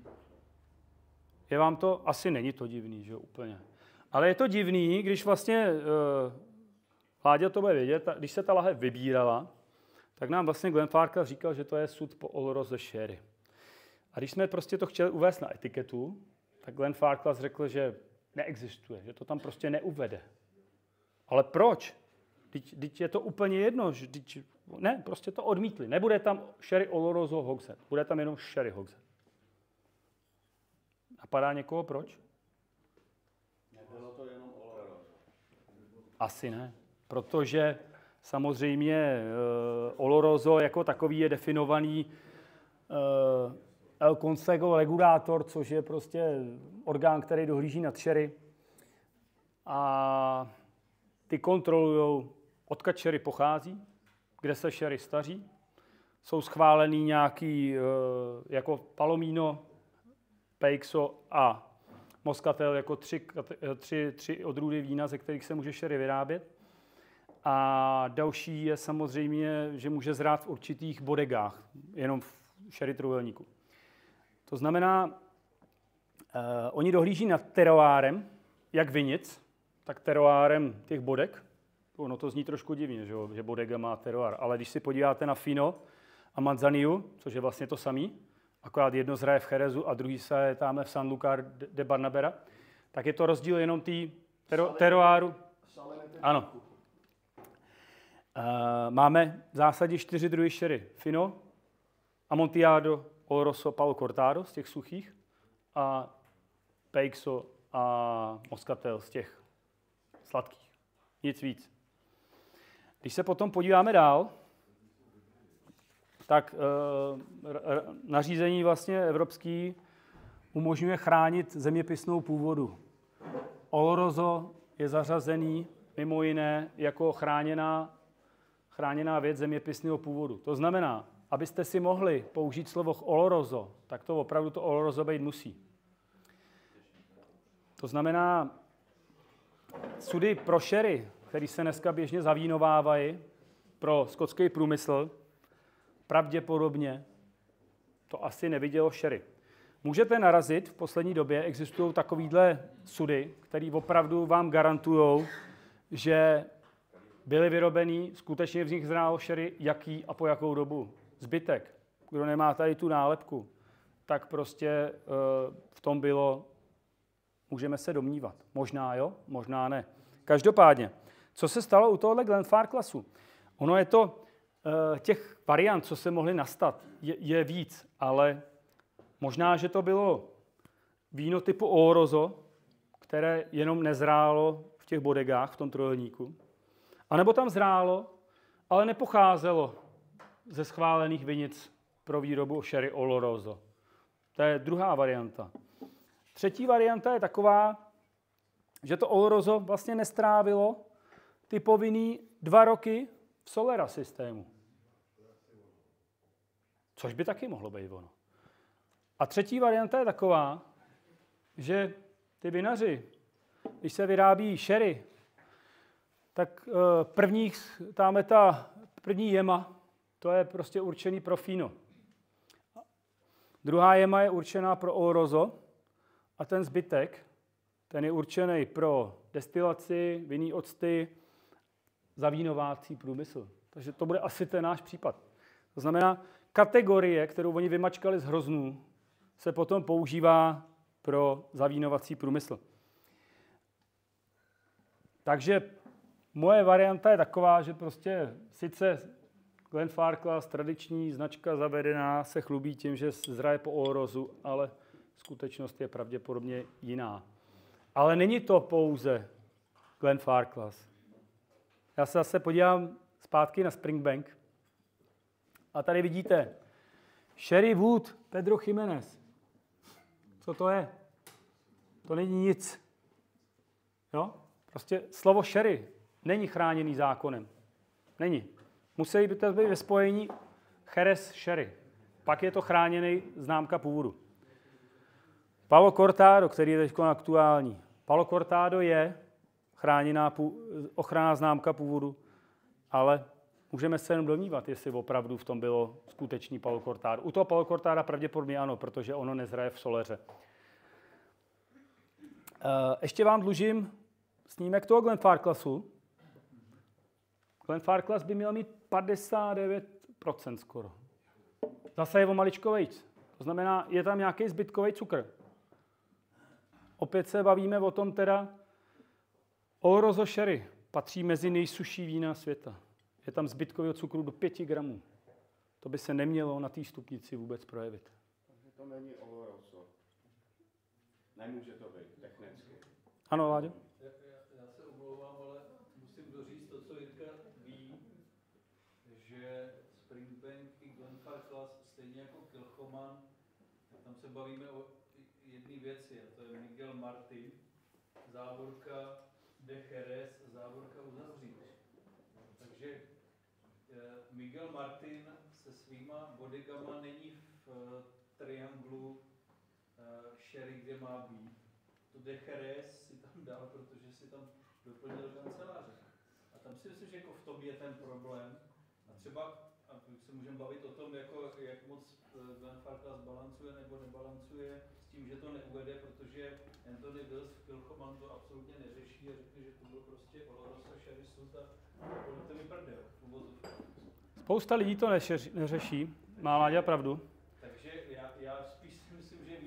Je vám to? Asi není to divný, že úplně. Ale je to divný, když vlastně Láďa to bude vědět, když se ta lahev vybírala, tak nám vlastně Glenfarclas říkal, že to je sud po Oloroso sherry. A když jsme prostě to chtěli uvést na etiketu, tak Glenfarclas řekl, že neexistuje, že to tam prostě neuvede. Ale proč? Vždyť je to úplně jedno. Ne, prostě to odmítli. Nebude tam Sherry Oloroso Hogshead, bude tam jenom Sherry Hogshead. Napadá někoho proč? Nebylo to jenom Oloroso. Asi ne, protože samozřejmě Oloroso jako takový je definovaný El Consejo Regulador, což je prostě orgán, který dohlíží nad sherry. A ty kontrolují, odkud sherry pochází, kde se sherry staří. Jsou schválený nějaký jako Palomino, Peixo a Moscatel jako tři odrůdy vína, ze kterých se může sherry vyrábět. A další je samozřejmě, že může zrát v určitých bodegách, jenom v sherry trůhelníku. To znamená, oni dohlíží nad teroárem, jak vinic, tak teroárem těch bodek. Ono to zní trošku divně, že bodega má teroár, ale když si podíváte na Fino a Manzanillo, což je vlastně to samý, akorát jedno zraje v Cherezu a druhý se tamhle v San Lucar de Barnabera, tak je to rozdíl jenom té teroáru. Ano. Máme v zásadě 4 druhy sherry. Fino, Amontillado, Oloroso, Palo Cortado z těch suchých a Peixo a Moscatel z těch sladkých. Nic víc. Když se potom podíváme dál, tak nařízení vlastně evropský umožňuje chránit zeměpisnou původu. Oloroso je zařazený mimo jiné jako chráněná věc zeměpisného původu. To znamená, abyste si mohli použít slovo oloroso, tak to opravdu to oloroso být musí. To znamená, sudy pro sherry, které se dneska běžně zavínovávají pro skotský průmysl, pravděpodobně to asi nevidělo sherry. Můžete narazit, v poslední době existují takovýhle sudy, které opravdu vám garantují, že byly vyrobený, skutečně v nich zrálo sherry, jaký a po jakou dobu. Zbytek, kdo nemá tady tu nálepku, tak prostě v tom bylo, můžeme se domnívat. Možná jo, možná ne. Každopádně, co se stalo u tohohle Glenfarclasu? Ono je to, těch variant, co se mohly nastat, je víc, ale možná, že to bylo víno typu Oloroso, které jenom nezrálo v těch bodegách, v tom trojlníku. A nebo tam zrálo, ale nepocházelo ze schválených vinic pro výrobu sherry Oloroso. To je druhá varianta. Třetí varianta je taková, že to Oloroso vlastně nestrávilo ty povinný 2 roky v Solera systému. Což by taky mohlo být ono. A třetí varianta je taková, že ty vinaři, když se vyrábí sherry, tak první jema, to je prostě určený pro fino. Druhá jema je určená pro Oloroso a ten zbytek, ten je určený pro destilaci, vinný octy, zavínovací průmysl. Takže to bude asi ten náš případ. To znamená, kategorie, kterou oni vymačkali z hroznů, se potom používá pro zavínovací průmysl. Takže moje varianta je taková, že prostě sice Glenfarclas, tradiční značka zavedená, se chlubí tím, že zraje po Olorosu, ale skutečnost je pravděpodobně jiná. Ale není to pouze Glenfarclas. Já se zase podívám zpátky na Springbank a tady vidíte Sherry Wood Pedro Jiménez. Co to je? To není nic. Jo? Prostě slovo sherry není chráněný zákonem. Není. Musí být ve spojení Jerez sherry. Pak je to chráněný známka původu. Palo Cortado, který je teď aktuální. Palo Cortado je chráněná ochranná známka původu, ale můžeme se jenom domnívat, jestli opravdu v tom bylo skutečný Palo Cortado. U toho Palo Cortada pravděpodobně ano, protože ono nezraje v Soleře. Ještě vám dlužím snímek toho Glenfarclasu. Glenfarclas by měl mít 59% skoro. Zase je o maličko víc. To znamená, je tam nějaký zbytkový cukr. Opět se bavíme o tom teda, Oloroso sherry patří mezi nejsušší vína světa. Je tam zbytkového cukru do 5 gramů. To by se nemělo na té stupnici vůbec projevit. Takže to není Oloroso. Nemůže to být technicky. Ano, Láďo? Já se omlouvám, ale musím doříct to, co Jirka ví, že Springbank i Glenfarclas, stejně jako Kilchoman, tam se bavíme o jedné věci, a to je Miguel Martin, závorka de Jerez, závorka uzavřít. Takže Miguel Martin se svýma bodegama není v trianglu sherry, kde má být. To de Jerez si tam dal, protože si tam doplnil kanceláře. A tam si myslím, že jako v tom je ten problém. A třeba, a se můžeme bavit o tom, jako, jak moc Glenfarclas balancuje nebo nebalancuje s tím, že to neuvede, protože Anthony Wills v Kilchoman to absolutně neřeší a řekne, že to bylo prostě Oloroso sherry sud a to mi prdel v uvozovkách. Spousta lidí to neřeší, má Láďa pravdu. Takže já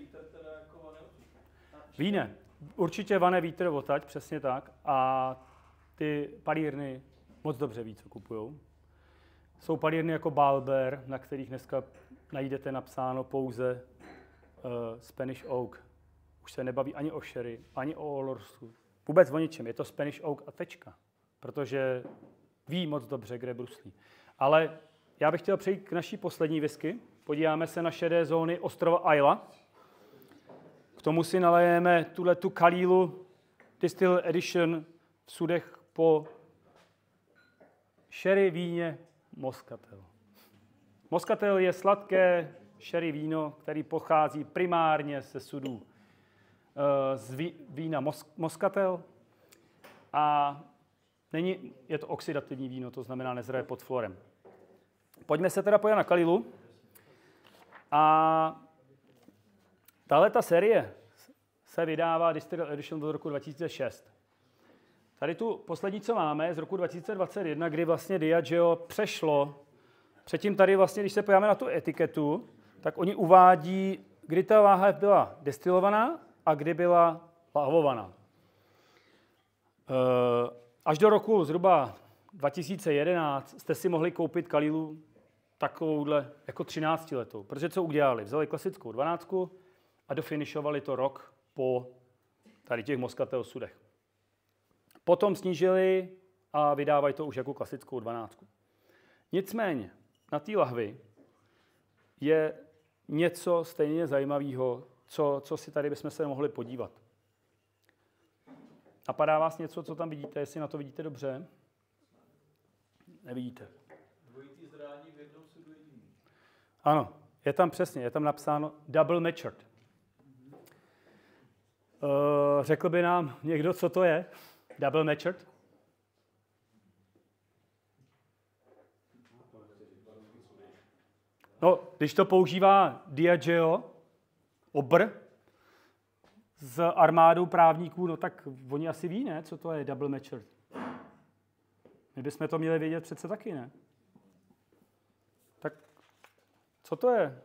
vítr teda jako vane odtud. Víne. Určitě vane vítr odtaď, přesně tak. A ty palírny moc dobře ví, co kupujou. Jsou palírny jako Balber, na kterých dneska najdete napsáno pouze Spanish Oak. Už se nebaví ani o sherry, ani o olorosu. Vůbec o ničem. Je to Spanish Oak a tečka. Protože ví moc dobře, kde bruslí. Ale já bych chtěl přejít k naší poslední whisky. Podíváme se na šedé zóny ostrova Isla. K tomu si nalejeme tu Kalilu Distilled Edition v sudech po sherry víně Moscatel. Moscatel je sladké sherry víno, který pochází primárně ze sudů z vína Moscatel a je to oxidativní víno, to znamená nezraje pod florem. Pojďme se teda podívat na Kalilu. A tahleta série se vydává Distilled Edition do roku 2006. Tady tu poslední, co máme, z roku 2021, kdy vlastně Diageo přešlo. Předtím tady vlastně, když se podíváme na tu etiketu, tak oni uvádí, kdy ta láhev byla destilovaná a kdy byla lahvovaná. Až do roku zhruba 2011 jste si mohli koupit Kalilu takovouhle jako 13 letou. Protože co udělali? Vzali klasickou 12 a dofinišovali to rok po tady těch Moscatel sudech. Potom snížili a vydávají to už jako klasickou 12. Nicméně na té lahvi je něco stejně zajímavého, co si tady bychom se mohli podívat. Napadá vás něco, co tam vidíte, jestli na to vidíte dobře? Nevidíte. Dvojitý zrání v jednom sudu jediný. Ano, je tam přesně, je tam napsáno double matured. Řekl by nám někdo, co to je? Double matured? No, když to používá Diageo, obr, z armádou právníků, no tak oni asi ví, ne, co to je double matured. My bychom to měli vědět přece taky, ne? Tak co to je?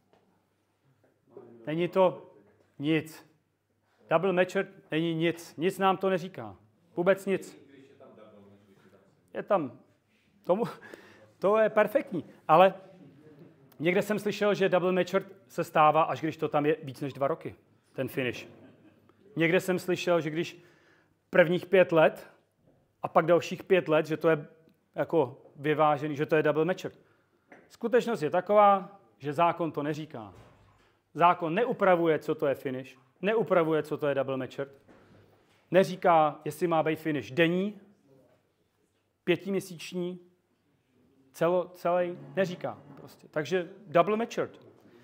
Není to nic. Double matured není nic. Nic nám to neříká. Vůbec nic. Je tam. To je perfektní. Ale někde jsem slyšel, že double matured se stává, až když to tam je víc než 2 roky. Ten finish. Někde jsem slyšel, že když prvních 5 let a pak dalších 5 let, že to je jako vyvážený, že to je double matured. Skutečnost je taková, že zákon to neříká. Zákon neupravuje, co to je finish, neupravuje, co to je double matured, neříká, jestli má být finish denní, 5měsíční, celý, neříká prostě. Takže double matured.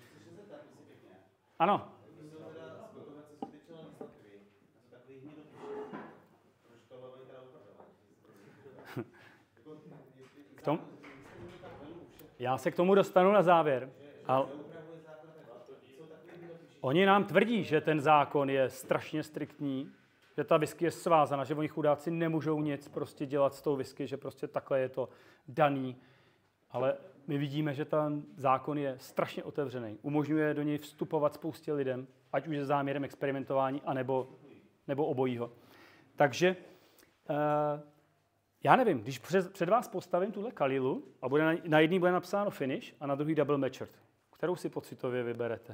Ano. Já se k tomu dostanu na závěr. Ale oni nám tvrdí, že ten zákon je strašně striktní, že ta whisky je svázána, že oni chudáci nemůžou nic prostě dělat s tou whisky, že prostě takhle je to daný. Ale my vidíme, že ten zákon je strašně otevřený. Umožňuje do něj vstupovat spoustě lidem, ať už je záměrem experimentování, anebo obojího. Takže já nevím, když před vás postavím tuhle Kalilu a na jedný bude napsáno finish a na druhý double matured, kterou si pocitově vyberete?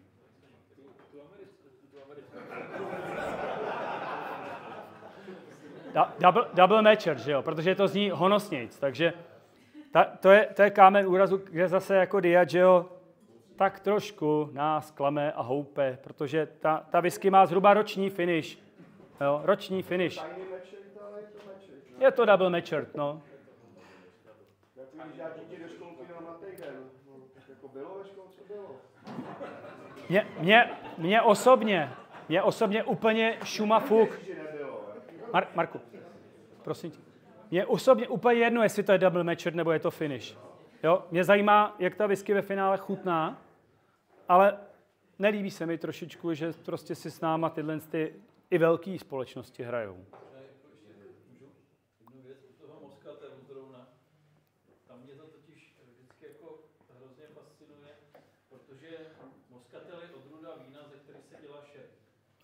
Double matured, že jo? Protože to zní honosnějc, takže to je kámen úrazu, kde zase jako Diageo tak trošku nás klame a houpe, protože ta whisky má zhruba roční finish. Jo, roční finish. Je to double matured, no. Když já dítě do školky dám na týden, jako bylo ve školce, bylo. Mě osobně úplně šuma fuk. Marku, prosím tě. Mě osobně úplně jedno, jestli to je double matured nebo je to finish. Jo? Mě zajímá, jak ta whisky ve finále chutná, ale nelíbí se mi trošičku, že prostě si s náma tyhle i velké společnosti hrajou. Jednu věc u toho Moscatelu zrovna, tam mě to totiž vždycky jako hrozně fascinuje, protože Moscatel je odrůda vína, ze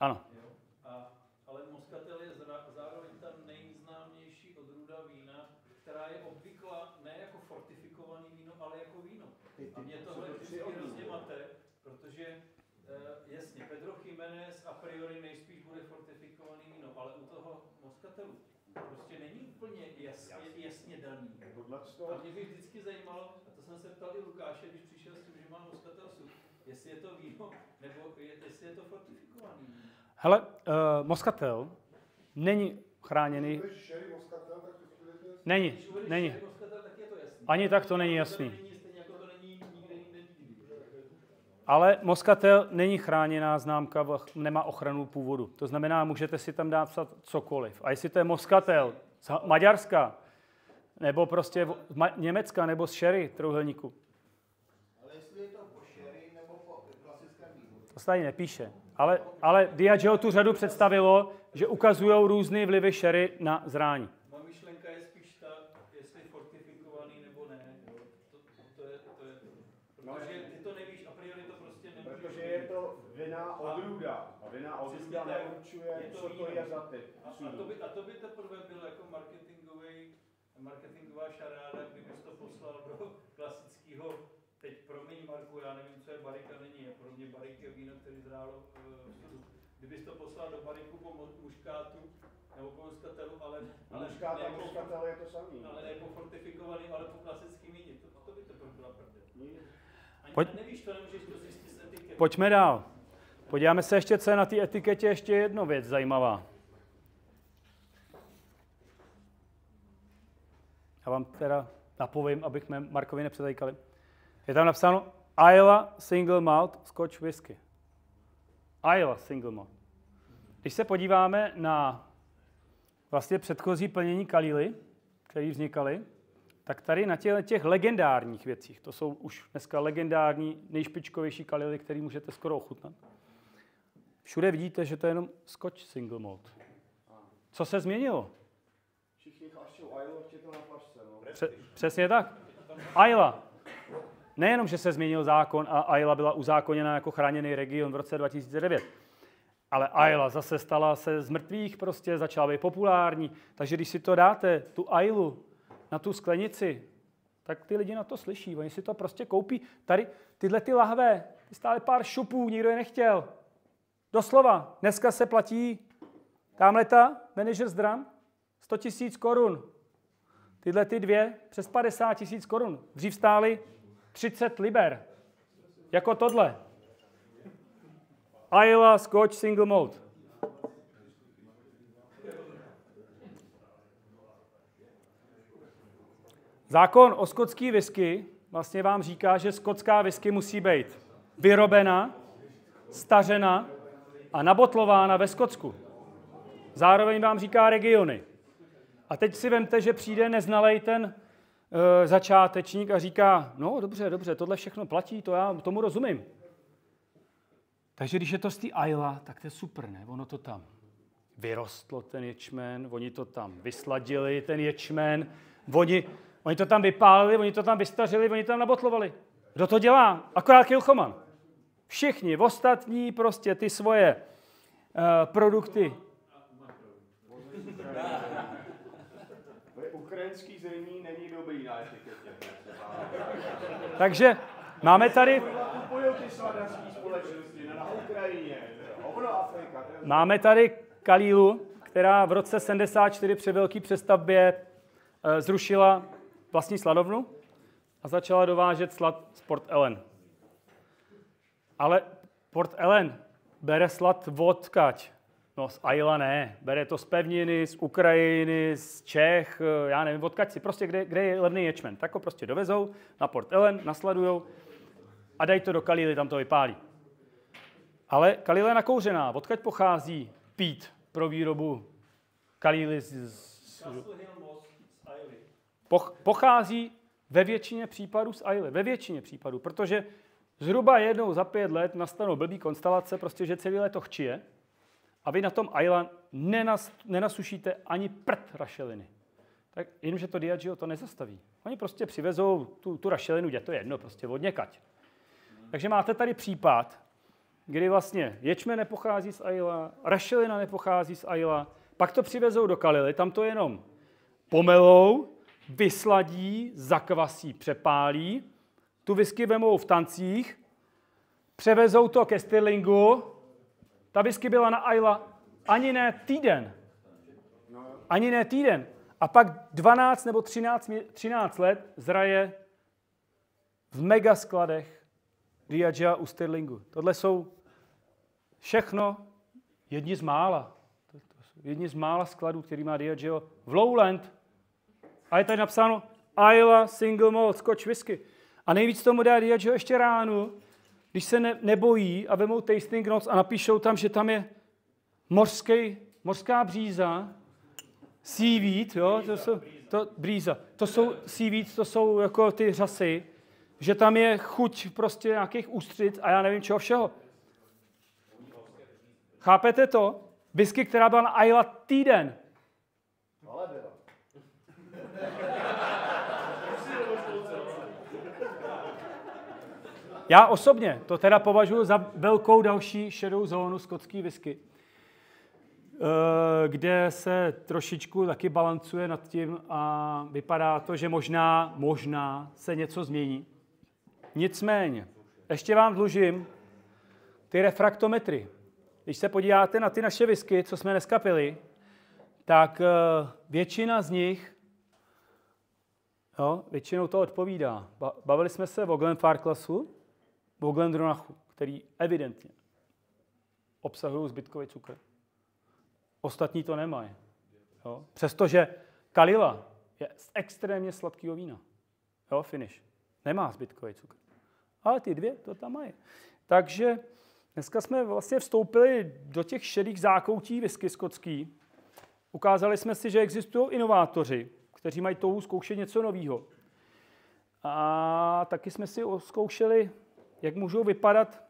Ano. Jo? Ale Moscatel je zároveň ta nejznámější odrůda vína, která je obvyklá ne jako fortifikovaný víno, ale jako víno. A mě tohle vždycky hrozně mate, protože jasně, Pedro Jiménez a priori nejspíš bude fortifikovaný víno, ale u toho Moscatelu prostě není úplně jasně daný. A mě by vždycky zajímalo, a to jsem se ptal i Lukáše, když přišel s tím, že má Moscatel sud, jestli je to víno, nebo jestli je to fortifikovaný víno. Hele, Moscatel není chráněný. Není. Ani tak to není jasný. Ale Moscatel není chráněná známka, nemá ochranu původu. To znamená, můžete si tam dát psat cokoliv. A jestli to je Moscatel z Maďarska, nebo prostě z Německa, nebo z sherry trojúhelníku. Ale jestli je to po sherry nebo po klasickém vínu? To se tady nepíše. Ale Diageo tu řadu představilo, že ukazují různé vlivy sherry na zrání. Moje myšlenka je spíš ta, jestli fortifikovaný nebo ne. To je. Protože ty to nevíš, a priori to prostě nemůžeš. Protože je to vinná odrůda. A vinná odrůda neurčuje, co to je za typ. A to by teprve bylo jako marketingová šaráda, kdybys to poslal do klasického, teď promiň Marku, já nevím, co je barika, není, pro mě barik je víno, který zrálo v sudu. Kdybys to poslal do bariku po muškátu, nebo po Moscatelu, ale Muškát a Moscatel je to samý. Ale ne po fortifikovaný, ale po klasickým víně, to by teprve byla pravda. Ani nevíš, to nemůžeš to zjistit z etikety. Pojďme dál. Podíváme se ještě, co je na té etiketě, ještě jedno věc zajímavá. Já vám teda napovím, abych Markovi nepřetejkali. Je tam napsáno Islay Single Malt Scotch Whisky. Islay Single Malt. Když se podíváme na vlastně předchozí plnění Kalily, které vznikaly, tak tady na těch legendárních věcích, to jsou už dneska legendární, nejšpičkovější Kalily, které můžete skoro ochutnat. Všude vidíte, že to je jenom Scotch Single Malt. Co se změnilo? Všichni chlašťou Islay, ještě to na flašce, no. Přesně tak. Islay. Nejenom, že se změnil zákon a Islay byla uzákoněna jako chráněný region v roce 2009, ale Islay zase stala se z mrtvých, prostě začala být populární. Takže když si to dáte, tu Islay, na tu sklenici, tak ty lidi na to slyší, oni si to prostě koupí. Tady tyhle ty lahve, ty stály pár šupů, nikdo je nechtěl. Doslova, dneska se platí tamhleta, Manager's Drum, 100 000 korun. Tyhle ty dvě přes 50 000 korun. Dřív stály 30 liber. Jako tohle. Islay Scotch Single Malt. Zákon o skotský whisky vlastně vám říká, že skotská whisky musí být vyrobena, stařena a nabotlována ve Skotsku. Zároveň vám říká regiony. A teď si vemte, že přijde neznalej ten začátečník a říká, no dobře, tohle všechno platí, to já tomu rozumím. Takže když je to z té Islay, tak to je super, ne? Ono to tam vyrostlo, ten ječmen, oni to tam vysladili, ten ječmen, oni to tam vypálili, oni to tam vystařili, oni to tam nabotlovali. Kdo to dělá? Akorát Kilchoman. Všichni, ostatní prostě ty svoje produkty. Ukrajinský zrní není dobrý na etiketě. Takže máme tady... Máme tady Kalilu, která v roce 74 při velké přestavbě zrušila vlastní sladovnu a začala dovážet slad z Port Ellen. Ale Port Ellen bere slad odkud? No z Islay ne, bere to z pevniny, z Ukrajiny, z Čech, já nevím, odkud si, prostě kde je levný ječmen. Tak ho prostě dovezou na Port Ellen, nasladujou a dají to do Kalily, tam to vypálí. Ale Kalila je nakouřená. Odkud pochází pít pro výrobu Kalily pochází ve většině případů z Islay. Ve většině případů, protože zhruba jednou za 5 let nastanou blbý konstelace, prostě, že celé léto chčije a vy na tom Islay nenasušíte ani prd rašeliny. Tak jenomže to Diageo to nezastaví. Oni prostě přivezou tu rašelinu, je to jedno, prostě odněkať. Takže máte tady případ, kdy vlastně ječmen nepochází z Aila, rašelina nepochází z Aila, pak to přivezou do Kalily, tam to jenom pomelou, vysladí, zakvasí, přepálí, tu whisky vemou v tancích, převezou to ke Stirlingu, ta whisky byla na Aila ani ne týden. Ani ne týden. A pak 12 nebo 13 let zraje v megaskladech Diageo u Stirlingu. Tohle jsou všechno jedni z mála skladů, který má Diageo v Lowland. A je tady napsáno Islay Single Malt Scotch Whisky. A nejvíc tomu dá Diageo ještě ránu, když se nebojí a vemou tasting notes a napíšou tam, že tam je mořská bříza, seaweed, jo, to jsou seaweed, to jsou jako ty řasy, že tam je chuť prostě nějakých ústřic a já nevím čeho všeho. Chápete to? Whisky, která byla na Islay týden. Ale byla. Já osobně to teda považuji za velkou další šedou zónu skotský whisky, kde se trošičku taky balancuje nad tím a vypadá to, že možná se něco změní. Nicméně, ještě vám dlužím ty refraktometry. Když se podíváte na ty naše whisky, co jsme dneska pili, tak většina z nich, většinou to odpovídá. Bavili jsme se o Glenfarclasu, o Glendronachu, který evidentně obsahují zbytkový cukr. Ostatní to nemají. Jo? Přestože Kalila je z extrémně sladkého vína. Jo, finish. Nemá zbytkový cukr. Ale ty dvě to tam mají. Takže dneska jsme vlastně vstoupili do těch šedých zákoutí whisky skotský. Ukázali jsme si, že existují inovátoři, kteří mají touhu zkoušet něco nového. A taky jsme si zkoušeli, jak můžou vypadat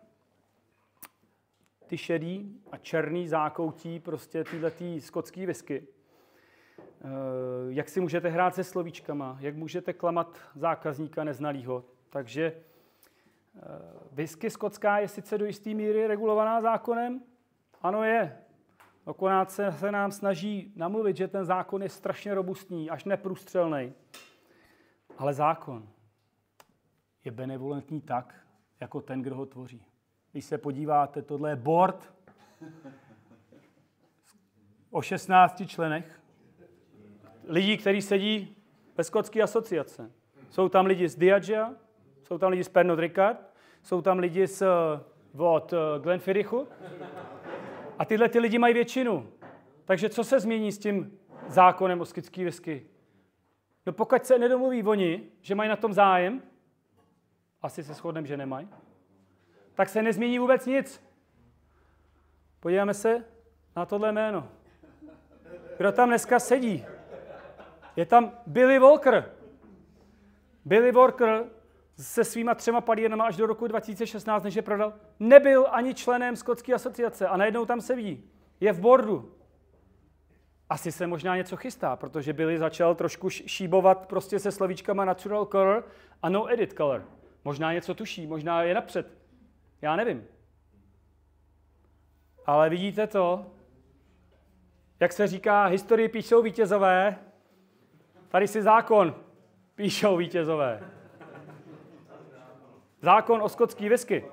ty šedý a černý zákoutí prostě týhletý skotský whisky. Jak si můžete hrát se slovíčkama, jak můžete klamat zákazníka neznalýho. Takže whisky skotská je sice do jisté míry regulovaná zákonem? Ano, je. Akorát se nám snaží namluvit, že ten zákon je strašně robustní, až neprůstřelný. Ale zákon je benevolentní tak, jako ten, kdo ho tvoří. Když se podíváte, tohle je board o 16 členech. Lidí, kteří sedí ve skotské asociace. Jsou tam lidi z Diagea, jsou tam lidi z Pernod Ricard, jsou tam lidi od Glenfiddichu. A tyhle ty lidi mají většinu. Takže co se změní s tím zákonem o skotský whisky? No pokud se nedomluví oni, že mají na tom zájem, asi se shodneme, že nemají, tak se nezmění vůbec nic. Podíváme se na tohle jméno. Kdo tam dneska sedí? Je tam Billy Walker. Billy Walker se svýma 3 palírnama až do roku 2016, než je prodal, nebyl ani členem skotské asociace a najednou tam sedí. Je v boardu. Asi se možná něco chystá, protože Billy začal trošku šíbovat prostě se slovíčkama natural color a no edit color. Možná něco tuší, možná je napřed. Já nevím. Ale vidíte to, jak se říká, historii píšou vítězové, tady si zákon píšou vítězové. Zákon o skotský whisky.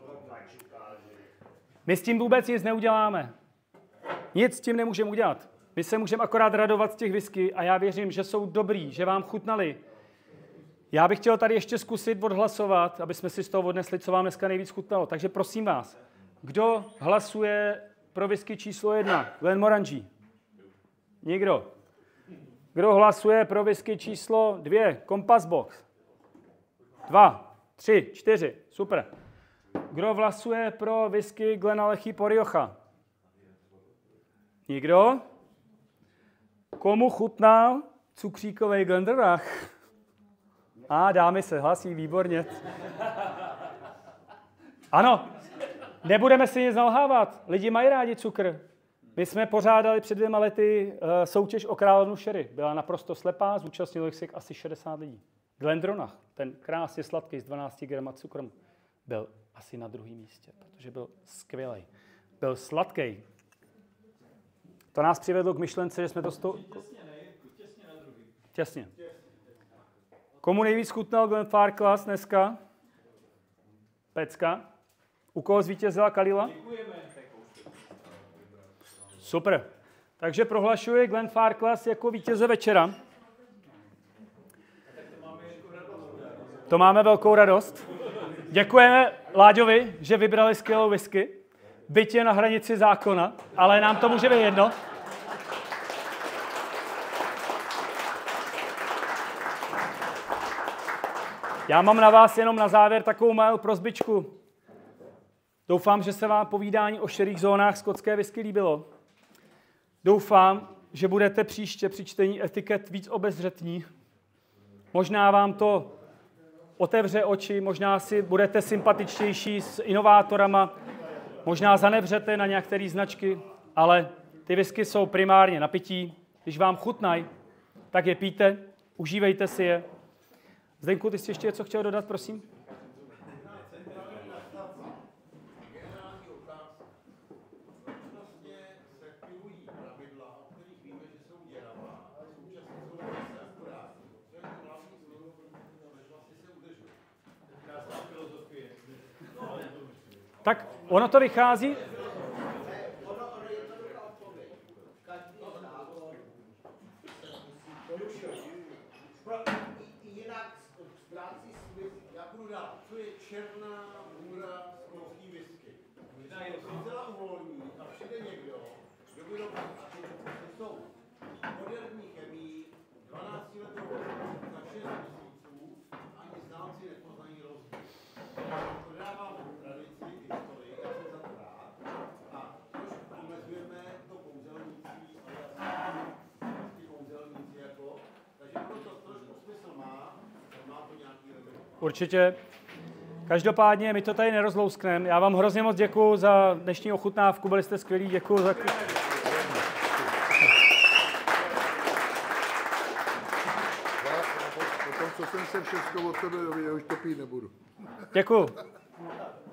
My s tím vůbec nic neuděláme. Nic s tím nemůžeme udělat. My se můžeme akorát radovat z těch whisky a já věřím, že jsou dobrý, že vám chutnali. Já bych chtěl tady ještě zkusit odhlasovat, aby jsme si z toho odnesli, co vám dneska nejvíc chutnalo. Takže prosím vás, kdo hlasuje pro whisky číslo 1? Glenmorangie. Nikdo. Kdo hlasuje pro whisky číslo 2? Compass Box. 2, 3, 4. Super. Kdo hlasuje pro whisky Glenallachie Poriocha? Nikdo? Komu chutnal cukříkovej Glendronach? Dámy se hlasí, výborně. Ano, nebudeme si nic nalhávat. Lidi mají rádi cukr. My jsme pořádali před 2 lety soutěž o královnu sherry. Byla naprosto slepá, zúčastnilo se asi 60 lidí. Glendronach, ten krásně sladký s 12 grama cukru. byl asi na druhém místě, protože byl skvělý. Byl sladký. To nás přivedlo k myšlence, že jsme to Těsně na druhý. Těsně. Komu nejvíc chutnal Glenfarclas dneska? Pecka. U koho zvítězila Kalila? Super. Takže prohlašuji Glenfarclas jako vítěze večera. To máme velkou radost. Děkujeme Láďovi, že vybrali skvělou whisky. Byť je na hranici zákona, ale nám to může být jedno. Já mám na vás jenom na závěr takovou malou prosbičku. Doufám, že se vám povídání o šerých zónách skotské whisky líbilo. Doufám, že budete příště při čtení etiket víc obezřetní. Možná vám to otevře oči, možná si budete sympatičtější s inovátorama, možná zanevřete na některé značky, ale ty whisky jsou primárně na pití. Když vám chutnají, tak je pijte, užívejte si je. Zdenku, ty jsi ještě něco chtěl dodat, prosím? Tak ono to vychází. Jinak ztrácí smysl. Já budu dál. To je černá hůra skotský whisky. Docela uvolní a přijde někdo, kdo by robil jsou moderní chemii, 12 letou za 6 měsíců, ani znalci nepoznají rozdíl. To dává tradici, historii, já jsem za to rád. A trošku omezujeme to kouzelnictví, ale ty kouzelníci jako. Takže to trošku smysl má, má to nějaký limit. Určitě. Každopádně my to tady nerozlouskneme. Já vám hrozně moc děkuju za dnešní ochutnávku, byli jste skvělí, děkuju za... Po tom, co jsem se všechno od tebe dověděl, už to pít nebudu. Děkuju.